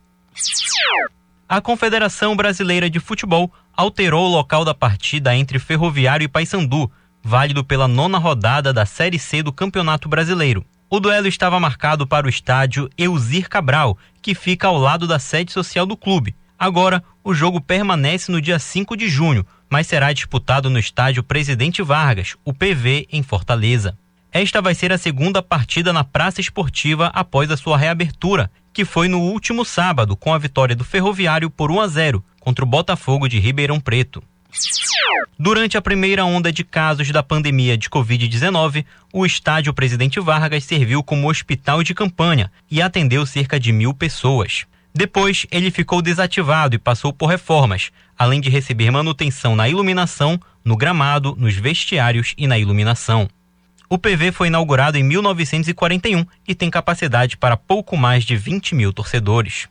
A Confederação Brasileira de Futebol alterou o local da partida entre Ferroviário e Paysandu, válido pela 9ª rodada da Série C do Campeonato Brasileiro. O duelo estava marcado para o estádio Elzir Cabral, que fica ao lado da sede social do clube. Agora, o jogo permanece no dia 5 de junho, mas será disputado no estádio Presidente Vargas, o PV, em Fortaleza. Esta vai ser a segunda partida na Praça Esportiva após a sua reabertura, que foi no último sábado, com a vitória do Ferroviário por 1-0 contra o Botafogo de Ribeirão Preto. Durante a primeira onda de casos da pandemia de Covid-19, o estádio Presidente Vargas serviu como hospital de campanha e atendeu cerca de 1.000 pessoas. Depois, ele ficou desativado e passou por reformas, além de receber manutenção na iluminação, no gramado, nos vestiários e na iluminação. O PV foi inaugurado em 1941 e tem capacidade para pouco mais de 20.000 torcedores.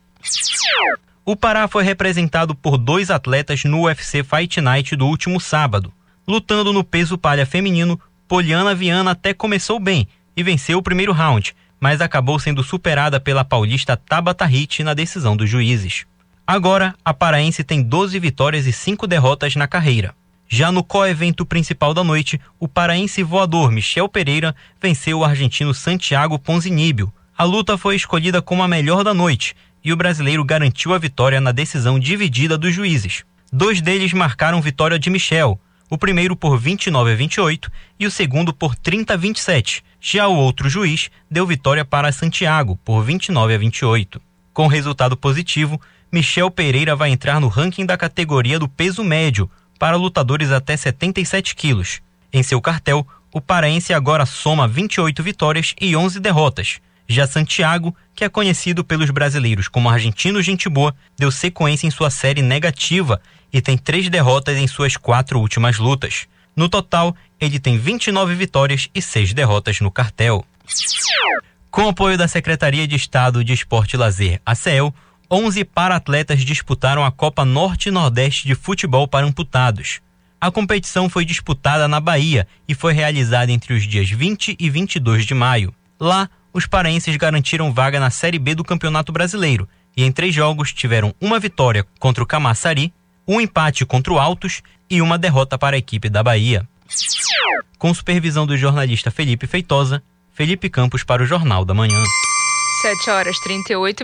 O Pará foi representado por 2 atletas no UFC Fight Night do último sábado. Lutando no peso palha feminino, Poliana Viana até começou bem e venceu o primeiro round, mas acabou sendo superada pela paulista Tabata Hit na decisão dos juízes. Agora, a paraense tem 12 vitórias e 5 derrotas na carreira. Já no co-evento principal da noite, o paraense voador Michel Pereira venceu o argentino Santiago Ponzinibbio. A luta foi escolhida como a melhor da noite e o brasileiro garantiu a vitória na decisão dividida dos juízes. 2 deles marcaram vitória de Michel, o primeiro por 29-28 e o segundo por 30-27. Já o outro juiz deu vitória para Santiago por 29-28. Com resultado positivo, Michel Pereira vai entrar no ranking da categoria do peso médio para lutadores até 77 quilos. Em seu cartel, o paraense agora soma 28 vitórias e 11 derrotas. Já Santiago, que é conhecido pelos brasileiros como argentino gente boa, deu sequência em sua série negativa e tem 3 derrotas em suas 4 últimas lutas. No total, ele tem 29 vitórias e 6 derrotas no cartel. Com apoio da Secretaria de Estado de Esporte e Lazer, a CEEL, 11 para-atletas disputaram a Copa Norte e Nordeste de Futebol para Amputados. A competição foi disputada na Bahia e foi realizada entre os dias 20 e 22 de maio. Lá, os paraenses garantiram vaga na Série B do Campeonato Brasileiro e em 3 jogos tiveram uma vitória contra o Camaçari, um empate contra o Altos e uma derrota para a equipe da Bahia. Com supervisão do jornalista Felipe Feitosa, Felipe Campos para o Jornal da Manhã. 7h38.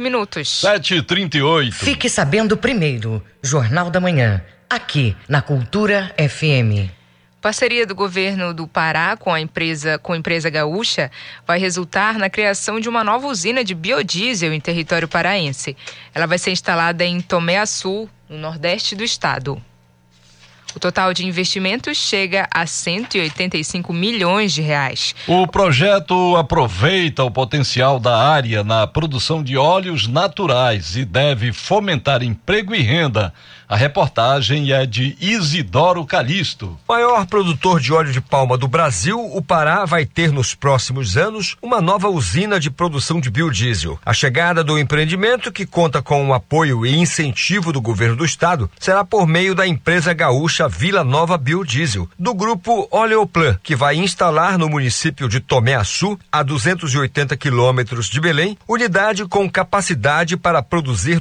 7h38. Fique sabendo primeiro, Jornal da Manhã, aqui na Cultura FM. Parceria do governo do Pará com a empresa gaúcha vai resultar na criação de uma nova usina de biodiesel em território paraense. Ela vai ser instalada em Tomé Açu, no nordeste do estado. O total de investimentos chega a 185 milhões de reais. O projeto aproveita o potencial da área na produção de óleos naturais e deve fomentar emprego e renda. A reportagem é de Isidoro Calixto. Maior produtor de óleo de palma do Brasil, o Pará vai ter nos próximos anos uma nova usina de produção de biodiesel. A chegada do empreendimento, que conta com o apoio e incentivo do governo do estado, será por meio da empresa gaúcha Vila Nova Biodiesel, do grupo Oleoplan, que vai instalar no município de Tomé Açu, a 280 quilômetros de Belém, unidade com capacidade para produzir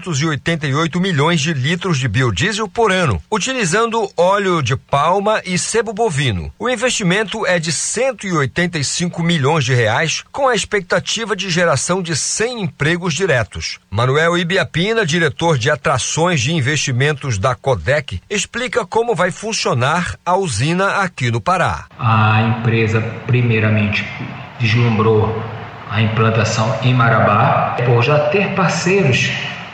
288 milhões de litros de biodiesel por ano, utilizando óleo de palma e sebo bovino. O investimento é de 185 milhões de reais, com a expectativa de geração de 100 empregos diretos. Manuel Ibiapina, diretor de atrações de investimentos da Codec, explica como vai funcionar a usina aqui no Pará. A empresa, primeiramente, deslumbrou a implantação em Marabá, por já ter parceiros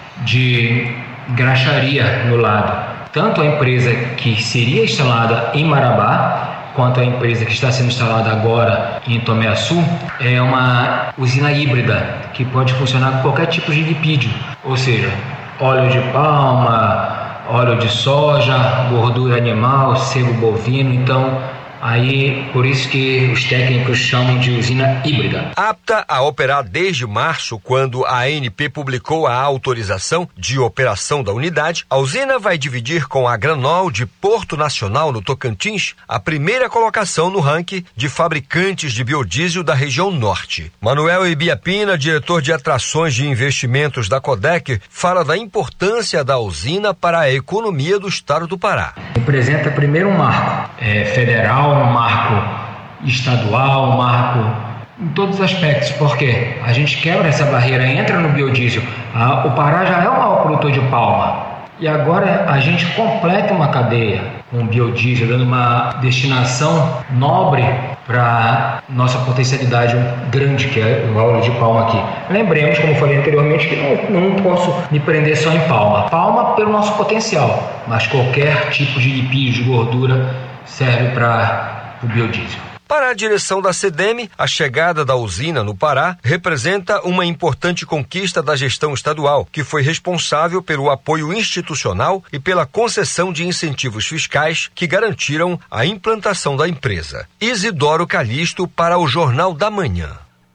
de graxaria no lado. Tanto a empresa que seria instalada em Marabá, quanto a empresa que está sendo instalada agora em Tomé Açu, é uma usina híbrida que pode funcionar com qualquer tipo de lipídio, ou seja, óleo de palma, óleo de soja, gordura animal, sebo bovino. Então, aí, por isso que os técnicos chamam de usina híbrida. Apta a operar desde março, quando a ANP publicou a autorização de operação da unidade, a usina vai dividir com a Granol de Porto Nacional, no Tocantins, a primeira colocação no ranking de fabricantes de biodiesel da região norte. Manuel Ibiapina, diretor de atrações de investimentos da Codec, fala da importância da usina para a economia do estado do Pará. Representa primeiro um marco federal, um marco estadual, um marco em todos os aspectos, porque a gente quebra essa barreira, entra no biodiesel. O Pará já é o maior produtor de palma e agora a gente completa uma cadeia com o biodiesel, dando uma destinação nobre para nossa potencialidade grande, que é o óleo de palma aqui. Lembremos, como falei anteriormente, que não posso me prender só em palma. Palma pelo nosso potencial, mas qualquer tipo de lipídio, de gordura, serve para o biodiesel. Para a direção da CDM, a chegada da usina no Pará representa uma importante conquista da gestão estadual, que foi responsável pelo apoio institucional e pela concessão de incentivos fiscais que garantiram a implantação da empresa. Isidoro Calixto para o Jornal da Manhã.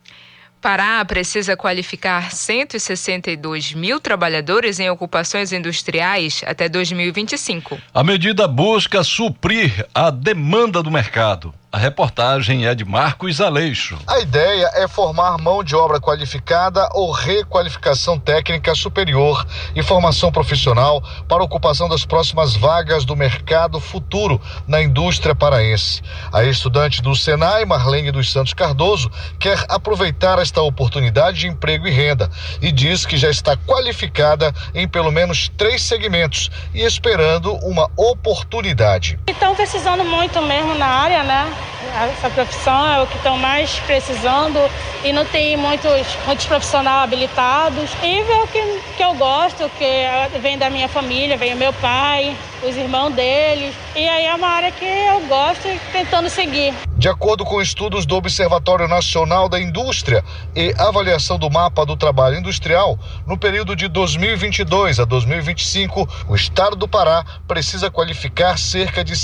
Pará precisa qualificar 162 mil trabalhadores em ocupações industriais até 2025. A medida busca suprir a demanda do mercado. A reportagem é de Marcos Aleixo. A ideia é formar mão de obra qualificada ou requalificação técnica superior e formação profissional para a ocupação das próximas vagas do mercado futuro na indústria paraense. A estudante do Senai, Marlene dos Santos Cardoso, quer aproveitar esta oportunidade de emprego e renda e diz que já está qualificada em pelo menos 3 segmentos e esperando uma oportunidade. Estão precisando muito mesmo na área, né? Essa profissão é o que estão mais precisando e não tem muitos profissionais habilitados. E é o que eu gosto, que vem da minha família, vem o meu pai, os irmãos deles. E aí é uma área que eu gosto e tentando seguir. De acordo com estudos do Observatório Nacional da Indústria e avaliação do Mapa do Trabalho Industrial, no período de 2022 a 2025, o estado do Pará precisa qualificar cerca de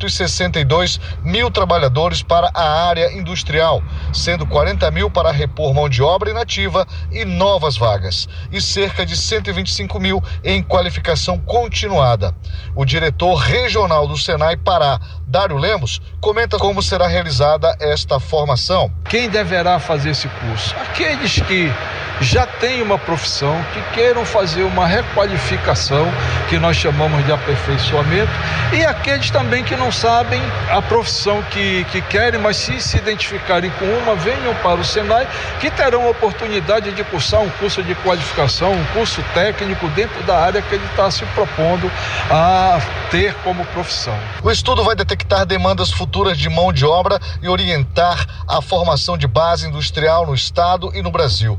162 mil trabalhadores para a área industrial, sendo 40 mil para repor mão de obra inativa e novas vagas, e cerca de 125 mil em qualificação continuada. O diretor regional do Senai Pará, Dário Lemos, comenta como será realizada esta formação. Quem deverá fazer esse curso? Aqueles que já têm uma profissão, que queiram fazer uma requalificação, que nós chamamos de aperfeiçoamento, e aqueles também que não sabem a profissão que querem, mas se identificarem com uma, venham para o Senai, que terão a oportunidade de cursar um curso de qualificação, um curso técnico dentro da área que ele está se propondo a ter como profissão. O estudo vai detectar demandas futuras de mão de obra e orientar a formação de base industrial no estado e no Brasil. O presidente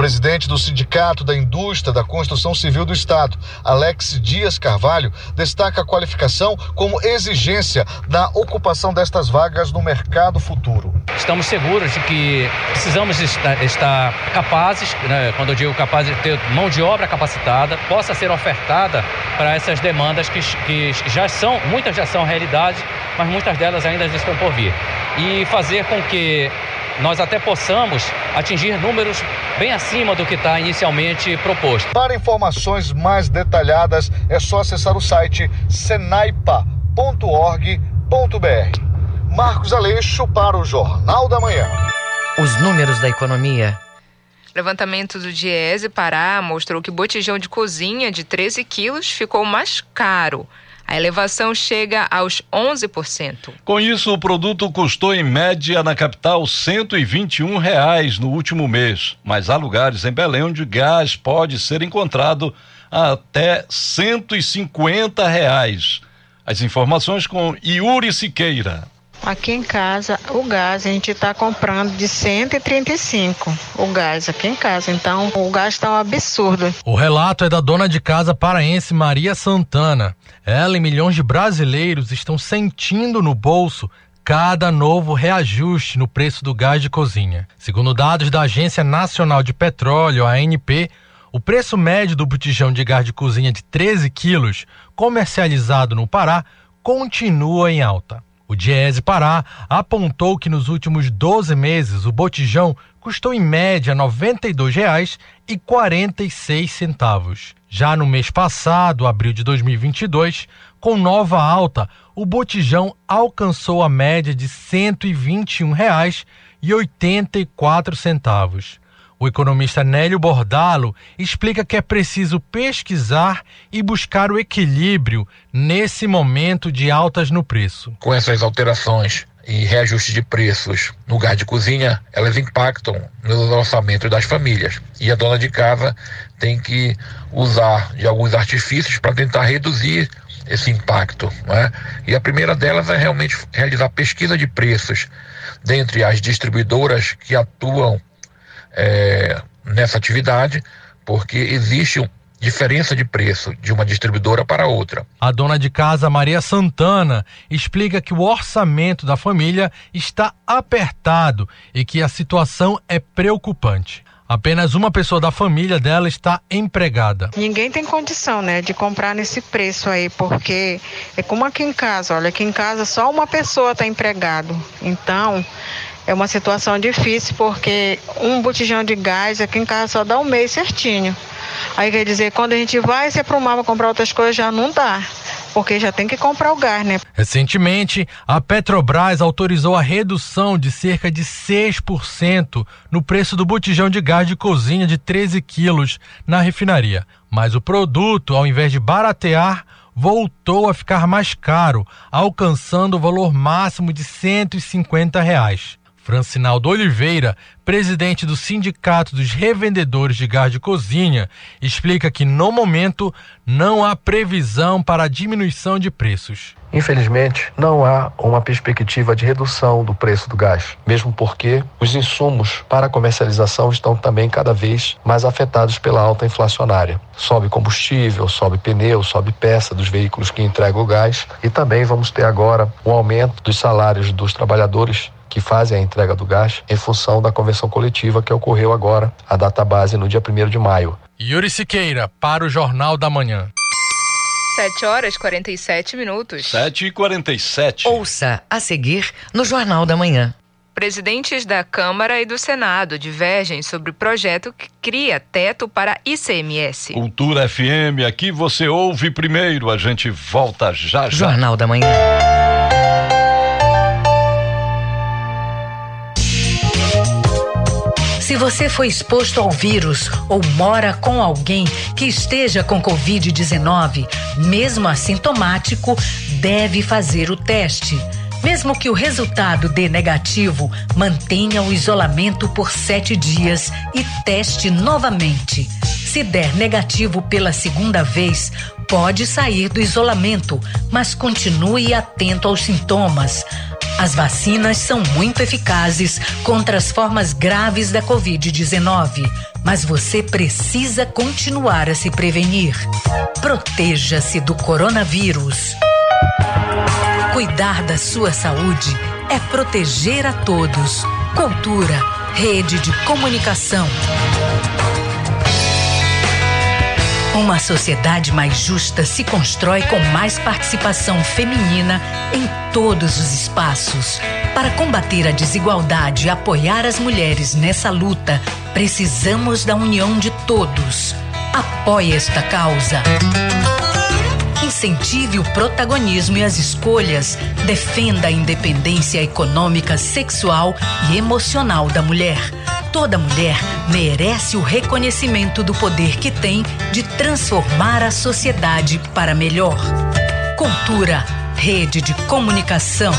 presidente do Sindicato da Indústria da Construção Civil do Estado, Alex Dias Carvalho, destaca a qualificação como exigência na ocupação destas vagas no mercado futuro. Estamos seguros de que precisamos estar capazes, né, quando eu digo capazes, de ter mão de obra capacitada, possa ser ofertada para essas demandas que já são, muitas já são realidade, mas muitas delas ainda estão por vir. E fazer com que nós até possamos atingir números bem acima do que está inicialmente proposto. Para informações mais detalhadas, é só acessar o site senaipa.org.br. Marcos Aleixo para o Jornal da Manhã. Os números da economia. Levantamento do Diese Pará mostrou que o botijão de cozinha de 13 quilos ficou mais caro. A elevação chega aos 11%. Com isso, o produto custou em média na capital R$ 121 no último mês. Mas há lugares em Belém onde gás pode ser encontrado a até R$ 150. As informações com Yuri Siqueira. Aqui em casa, o gás a gente está comprando de 135, o gás aqui em casa, então o gás está um absurdo. O relato é da dona de casa paraense Maria Santana. Ela e milhões de brasileiros estão sentindo no bolso cada novo reajuste no preço do gás de cozinha. Segundo dados da Agência Nacional de Petróleo, a ANP, o preço médio do botijão de gás de cozinha de 13 quilos, comercializado no Pará, continua em alta. O Diese Pará apontou que nos últimos 12 meses o botijão custou em média R$ 92,46. Já no mês passado, abril de 2022, com nova alta, o botijão alcançou a média de R$ 121,84. O economista Nélio Bordalo explica que é preciso pesquisar e buscar o equilíbrio nesse momento de altas no preço. Com essas alterações e reajustes de preços no gás de cozinha, elas impactam nos orçamentos das famílias. E a dona de casa tem que usar de alguns artifícios para tentar reduzir esse impacto, né? E a primeira delas é realmente realizar pesquisa de preços dentre as distribuidoras que atuam nessa atividade, porque existe uma diferença de preço de uma distribuidora para outra. A dona de casa Maria Santana explica que o orçamento da família está apertado e que a situação é preocupante. Apenas uma pessoa da família dela está empregada. Ninguém tem condição, né, de comprar nesse preço aí, porque é como aqui em casa. Olha, aqui em casa só uma pessoa está empregado. Então, é uma situação difícil, porque um botijão de gás aqui em casa só dá um mês certinho. Aí quer dizer, quando a gente vai se aprumar para comprar outras coisas, já não dá, porque já tem que comprar o gás, né? Recentemente, a Petrobras autorizou a redução de cerca de 6% no preço do botijão de gás de cozinha de 13 quilos na refinaria. Mas o produto, ao invés de baratear, voltou a ficar mais caro, alcançando o valor máximo de R$ 150. Francinaldo Oliveira, presidente do Sindicato dos Revendedores de Gás de Cozinha, explica que, no momento, não há previsão para a diminuição de preços. Infelizmente, não há uma perspectiva de redução do preço do gás, mesmo porque os insumos para a comercialização estão também cada vez mais afetados pela alta inflacionária. Sobe combustível, sobe pneu, sobe peça dos veículos que entregam o gás, e também vamos ter agora um aumento dos salários dos trabalhadores que fazem a entrega do gás em função da convenção coletiva que ocorreu agora, a data base no dia 1º de maio. Yuri Siqueira, para o Jornal da Manhã. 7h47. 7h47. Ouça a seguir no Jornal da Manhã. Presidentes da Câmara e do Senado divergem sobre o projeto que cria teto para ICMS. Cultura FM, aqui você ouve primeiro, a gente volta já. Jornal da Manhã. Se você foi exposto ao vírus ou mora com alguém que esteja com Covid-19, mesmo assintomático, deve fazer o teste. Mesmo que o resultado dê negativo, mantenha o isolamento por 7 dias e teste novamente. Se der negativo pela segunda vez, pode sair do isolamento, mas continue atento aos sintomas. As vacinas são muito eficazes contra as formas graves da Covid-19, mas você precisa continuar a se prevenir. Proteja-se do coronavírus. Cuidar da sua saúde é proteger a todos. Cultura, rede de comunicação. Uma sociedade mais justa se constrói com mais participação feminina em todos os espaços. Para combater a desigualdade e apoiar as mulheres nessa luta, precisamos da união de todos. Apoie esta causa. Incentive o protagonismo e as escolhas. Defenda a independência econômica, sexual e emocional da mulher. Toda mulher merece o reconhecimento do poder que tem de transformar a sociedade para melhor. Cultura, rede de comunicação.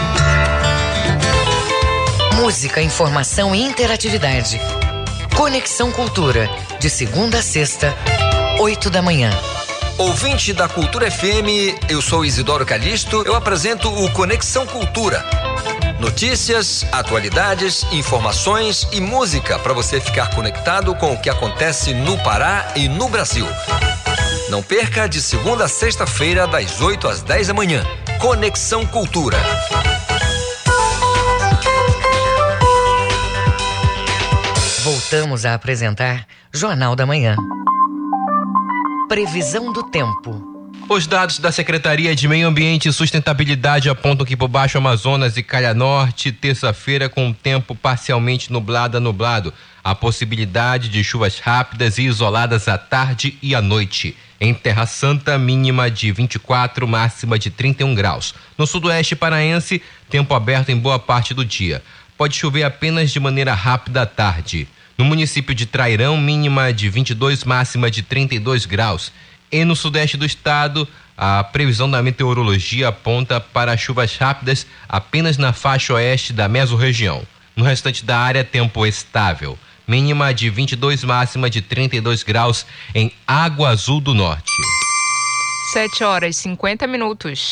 Música, informação e interatividade. Conexão Cultura, de segunda a sexta, 8 da manhã. Ouvinte da Cultura FM, eu sou Isidoro Calixto, eu apresento o Conexão Cultura. Notícias, atualidades, informações e música para você ficar conectado com o que acontece no Pará e no Brasil. Não perca, de segunda a sexta-feira, das 8 às 10 da manhã. Conexão Cultura. Voltamos a apresentar Jornal da Manhã. Previsão do tempo. Os dados da Secretaria de Meio Ambiente e Sustentabilidade apontam que por Baixo Amazonas e Calha Norte, terça-feira com tempo parcialmente nublado a nublado. A possibilidade de chuvas rápidas e isoladas à tarde e à noite. Em Terra Santa, mínima de 24, máxima de 31 graus. No sudoeste paraense, tempo aberto em boa parte do dia. Pode chover apenas de maneira rápida à tarde. No município de Trairão, mínima de 22, máxima de 32 graus. E no sudeste do estado, a previsão da meteorologia aponta para chuvas rápidas apenas na faixa oeste da mesorregião. No restante da área, tempo estável. Mínima de 22, máxima de 32 graus em Água Azul do Norte. 7h50.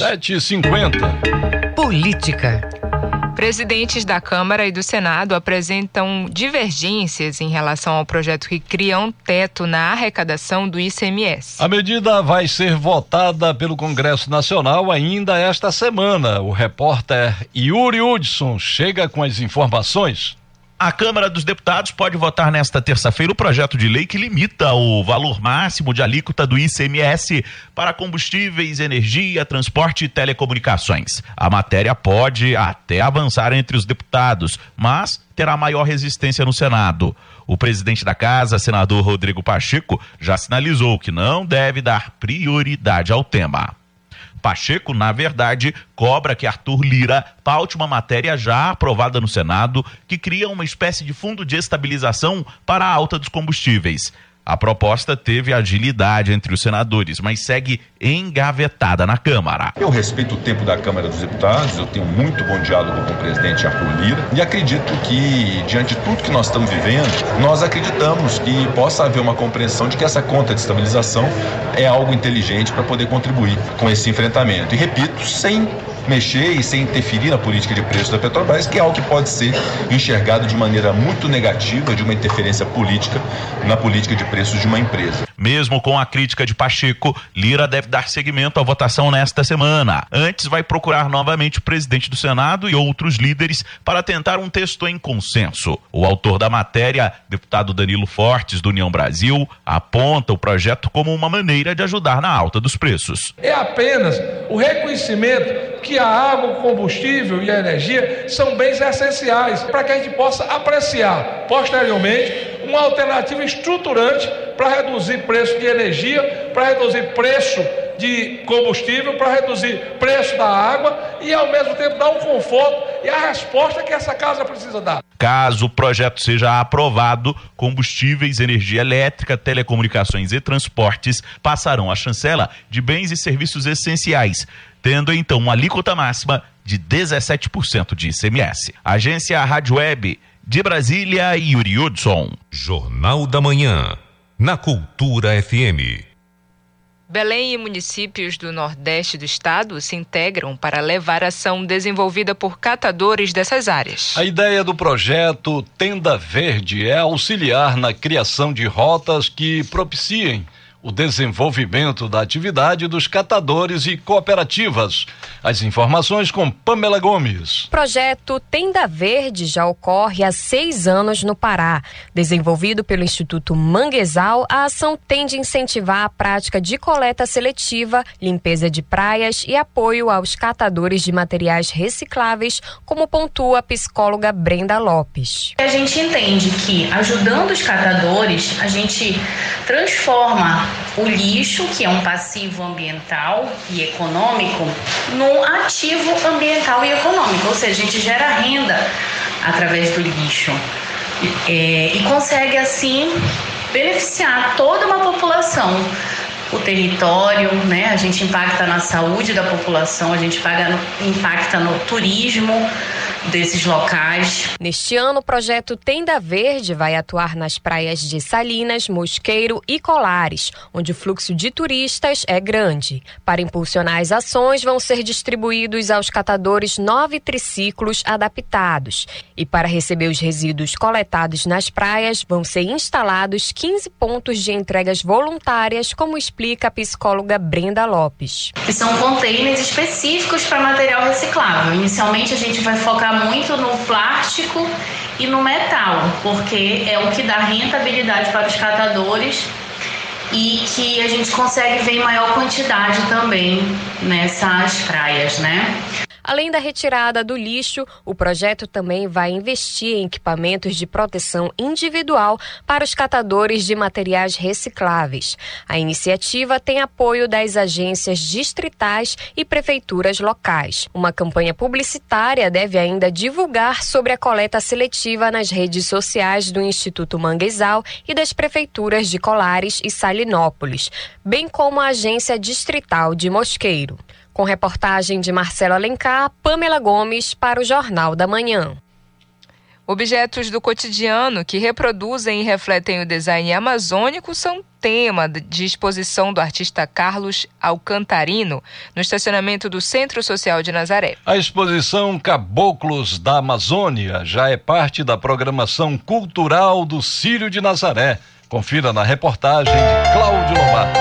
7h50. Política. Presidentes da Câmara e do Senado apresentam divergências em relação ao projeto que cria um teto na arrecadação do ICMS. A medida vai ser votada pelo Congresso Nacional ainda esta semana. O repórter Yuri Hudson chega com as informações. A Câmara dos Deputados pode votar nesta terça-feira o projeto de lei que limita o valor máximo de alíquota do ICMS para combustíveis, energia, transporte e telecomunicações. A matéria pode até avançar entre os deputados, mas terá maior resistência no Senado. O presidente da Casa, senador Rodrigo Pacheco, já sinalizou que não deve dar prioridade ao tema. Pacheco, na verdade, cobra que Arthur Lira paute uma matéria já aprovada no Senado que cria uma espécie de fundo de estabilização para a alta dos combustíveis. A proposta teve agilidade entre os senadores, mas segue engavetada na Câmara. Eu respeito o tempo da Câmara dos Deputados, eu tenho muito bom diálogo com o presidente Arthur Lira e acredito que, diante de tudo que nós estamos vivendo, nós acreditamos que possa haver uma compreensão de que essa conta de estabilização é algo inteligente para poder contribuir com esse enfrentamento. E repito, sem mexer e sem interferir na política de preços da Petrobras, que é algo que pode ser enxergado de maneira muito negativa, de uma interferência política na política de preços de uma empresa. Mesmo com a crítica de Pacheco, Lira deve dar seguimento à votação nesta semana. Antes, vai procurar novamente o presidente do Senado e outros líderes para tentar um texto em consenso. O autor da matéria, deputado Danilo Fortes, do União Brasil, aponta o projeto como uma maneira de ajudar na alta dos preços. É apenas o reconhecimento que a água, o combustível e a energia são bens essenciais para que a gente possa apreciar posteriormente uma alternativa estruturante para reduzir preço de energia, para reduzir preço de combustível, para reduzir preço da água e ao mesmo tempo dar um conforto e a resposta que essa casa precisa dar. Caso o projeto seja aprovado, combustíveis, energia elétrica, telecomunicações e transportes passarão à chancela de bens e serviços essenciais, tendo então uma alíquota máxima de 17% de ICMS. Agência Rádio Web de Brasília, Yuri Hudson. Jornal da Manhã, na Cultura FM. Belém e municípios do Nordeste do estado se integram para levar a ação desenvolvida por catadores dessas áreas. A ideia do projeto Tenda Verde é auxiliar na criação de rotas que propiciem o desenvolvimento da atividade dos catadores e cooperativas. As informações com Pamela Gomes. O projeto Tenda Verde já ocorre há 6 anos no Pará. Desenvolvido pelo Instituto Manguezal, a ação tende a incentivar a prática de coleta seletiva, limpeza de praias e apoio aos catadores de materiais recicláveis, como pontua a psicóloga Brenda Lopes. A gente entende que, ajudando os catadores, a gente transforma o lixo, que é um passivo ambiental e econômico, num ativo ambiental e econômico, ou seja, a gente gera renda através do lixo e consegue assim beneficiar toda uma população, o território, né? A gente impacta na saúde da população, a gente impacta no turismo desses locais. Neste ano, o projeto Tenda Verde vai atuar nas praias de Salinas, Mosqueiro e Colares, onde o fluxo de turistas é grande. Para impulsionar as ações, vão ser distribuídos aos catadores 9 triciclos adaptados. E para receber os resíduos coletados nas praias, vão ser instalados 15 pontos de entregas voluntárias, como explica a psicóloga Brenda Lopes. Que são containers específicos para material reciclável. Inicialmente, a gente vai focar muito no plástico e no metal, porque é o que dá rentabilidade para os catadores e que a gente consegue ver em maior quantidade também nessas praias, né? Além da retirada do lixo, o projeto também vai investir em equipamentos de proteção individual para os catadores de materiais recicláveis. A iniciativa tem apoio das agências distritais e prefeituras locais. Uma campanha publicitária deve ainda divulgar sobre a coleta seletiva nas redes sociais do Instituto Manguezal e das prefeituras de Colares e Salinópolis, bem como a agência distrital de Mosqueiro. Com reportagem de Marcelo Alencar, Pamela Gomes para o Jornal da Manhã. Objetos do cotidiano que reproduzem e refletem o design amazônico são tema de exposição do artista Carlos Alcantarino no estacionamento do Centro Social de Nazaré. A exposição Caboclos da Amazônia já é parte da programação cultural do Círio de Nazaré. Confira na reportagem de Cláudio Lobato.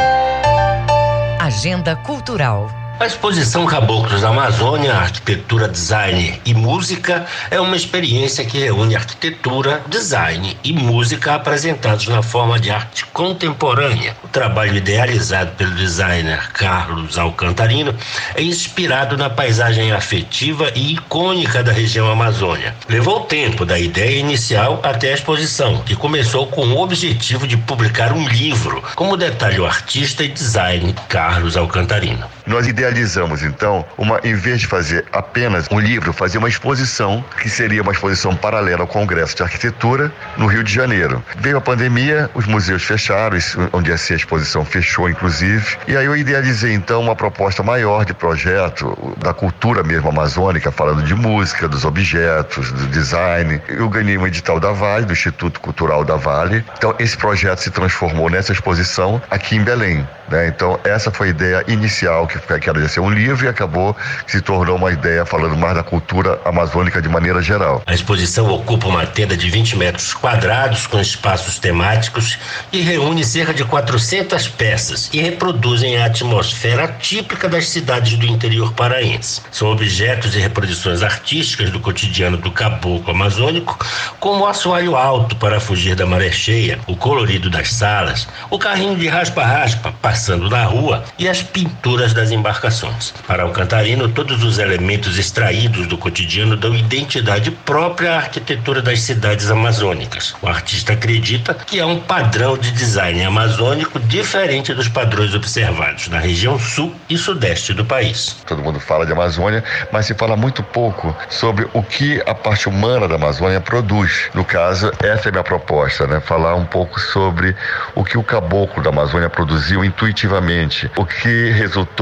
Agenda Cultural. A exposição Caboclos da Amazônia, Arquitetura, Design e Música é uma experiência que reúne arquitetura, design e música apresentados na forma de arte contemporânea. O trabalho idealizado pelo designer Carlos Alcantarino é inspirado na paisagem afetiva e icônica da região Amazônia. Levou tempo da ideia inicial até a exposição, que começou com o objetivo de publicar um livro, como detalha o artista e design Carlos Alcantarino. Nós idealizamos, então, em vez de fazer apenas um livro, fazer uma exposição, que seria uma exposição paralela ao Congresso de Arquitetura, no Rio de Janeiro. Veio a pandemia, os museus fecharam, onde essa exposição fechou, inclusive, e aí eu idealizei, então, uma proposta maior de projeto, da cultura mesmo amazônica, falando de música, dos objetos, do design. Eu ganhei um edital da Vale, do Instituto Cultural da Vale. Então, esse projeto se transformou nessa exposição aqui em Belém, né? Então, essa foi a ideia inicial, que era ser um livro, e acabou que se tornou uma ideia falando mais da cultura amazônica de maneira geral. A exposição ocupa uma tenda de 20 metros quadrados com espaços temáticos e reúne cerca de 400 peças e reproduzem a atmosfera típica das cidades do interior paraense. São objetos e reproduções artísticas do cotidiano do caboclo amazônico, como o assoalho alto para fugir da maré cheia, o colorido das salas, o carrinho de raspa-raspa passando na rua e as pinturas das embarcações. Para Alcantarino, todos os elementos extraídos do cotidiano dão identidade própria à arquitetura das cidades amazônicas. O artista acredita que há um padrão de design amazônico diferente dos padrões observados na região sul e sudeste do país. Todo mundo fala de Amazônia, mas se fala muito pouco sobre o que a parte humana da Amazônia produz. No caso, essa é a minha proposta, né? Falar um pouco sobre o que o caboclo da Amazônia produziu intuitivamente, o que resultou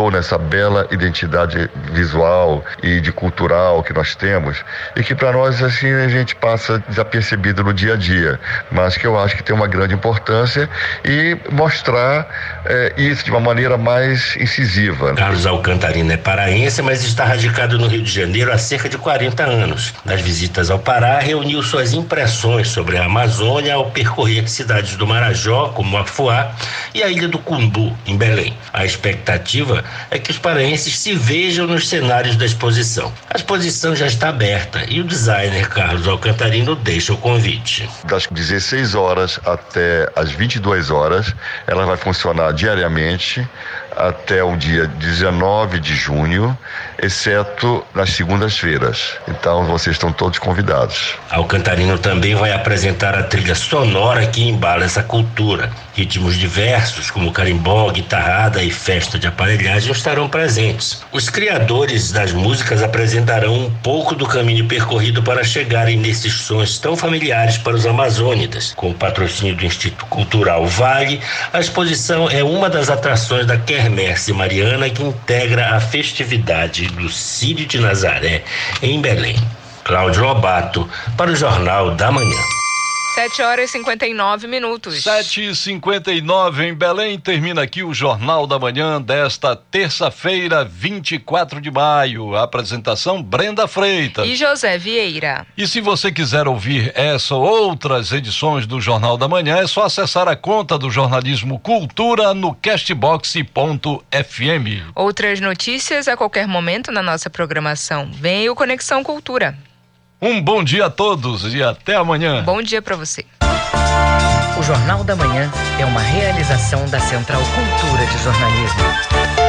expor nessa bela identidade visual e de cultural que nós temos e que para nós assim a gente passa desapercebido no dia a dia, mas que eu acho que tem uma grande importância e mostrar isso de uma maneira mais incisiva. Carlos Alcantarino é paraense, mas está radicado no Rio de Janeiro há cerca de 40 anos. Nas visitas ao Pará, reuniu suas impressões sobre a Amazônia ao percorrer cidades do Marajó, como Afuá, e a Ilha do Cumbu, em Belém. A expectativa é que os paraenses se vejam nos cenários da exposição. A exposição já está aberta e o designer Carlos Alcantarino deixa o convite. Das 16 horas até as 22 horas, ela vai funcionar diariamente até o dia 19 de junho, exceto nas segundas-feiras. Então vocês estão todos convidados. Alcantarino também vai apresentar a trilha sonora que embala essa cultura. Ritmos diversos, como carimbó, guitarrada e festa de aparelhagem, estarão presentes. Os criadores das músicas apresentarão um pouco do caminho percorrido para chegarem nesses sons tão familiares para os amazônidas. Com o patrocínio do Instituto Cultural Vale, a exposição é uma das atrações da Quermesse Mariana que integra a festividade do Círio de Nazaré, em Belém. Cláudio Lobato, para o Jornal da Manhã. 7h59. 7h59 em Belém. Termina aqui o Jornal da Manhã desta terça-feira, 24 de maio. A apresentação Brenda Freitas e José Vieira. E se você quiser ouvir essa ou outras edições do Jornal da Manhã, é só acessar a conta do Jornalismo Cultura no castbox.fm. Outras notícias a qualquer momento na nossa programação. Vem o Conexão Cultura. Um bom dia a todos e até amanhã. Bom dia para você. O Jornal da Manhã é uma realização da Central Cultura de Jornalismo.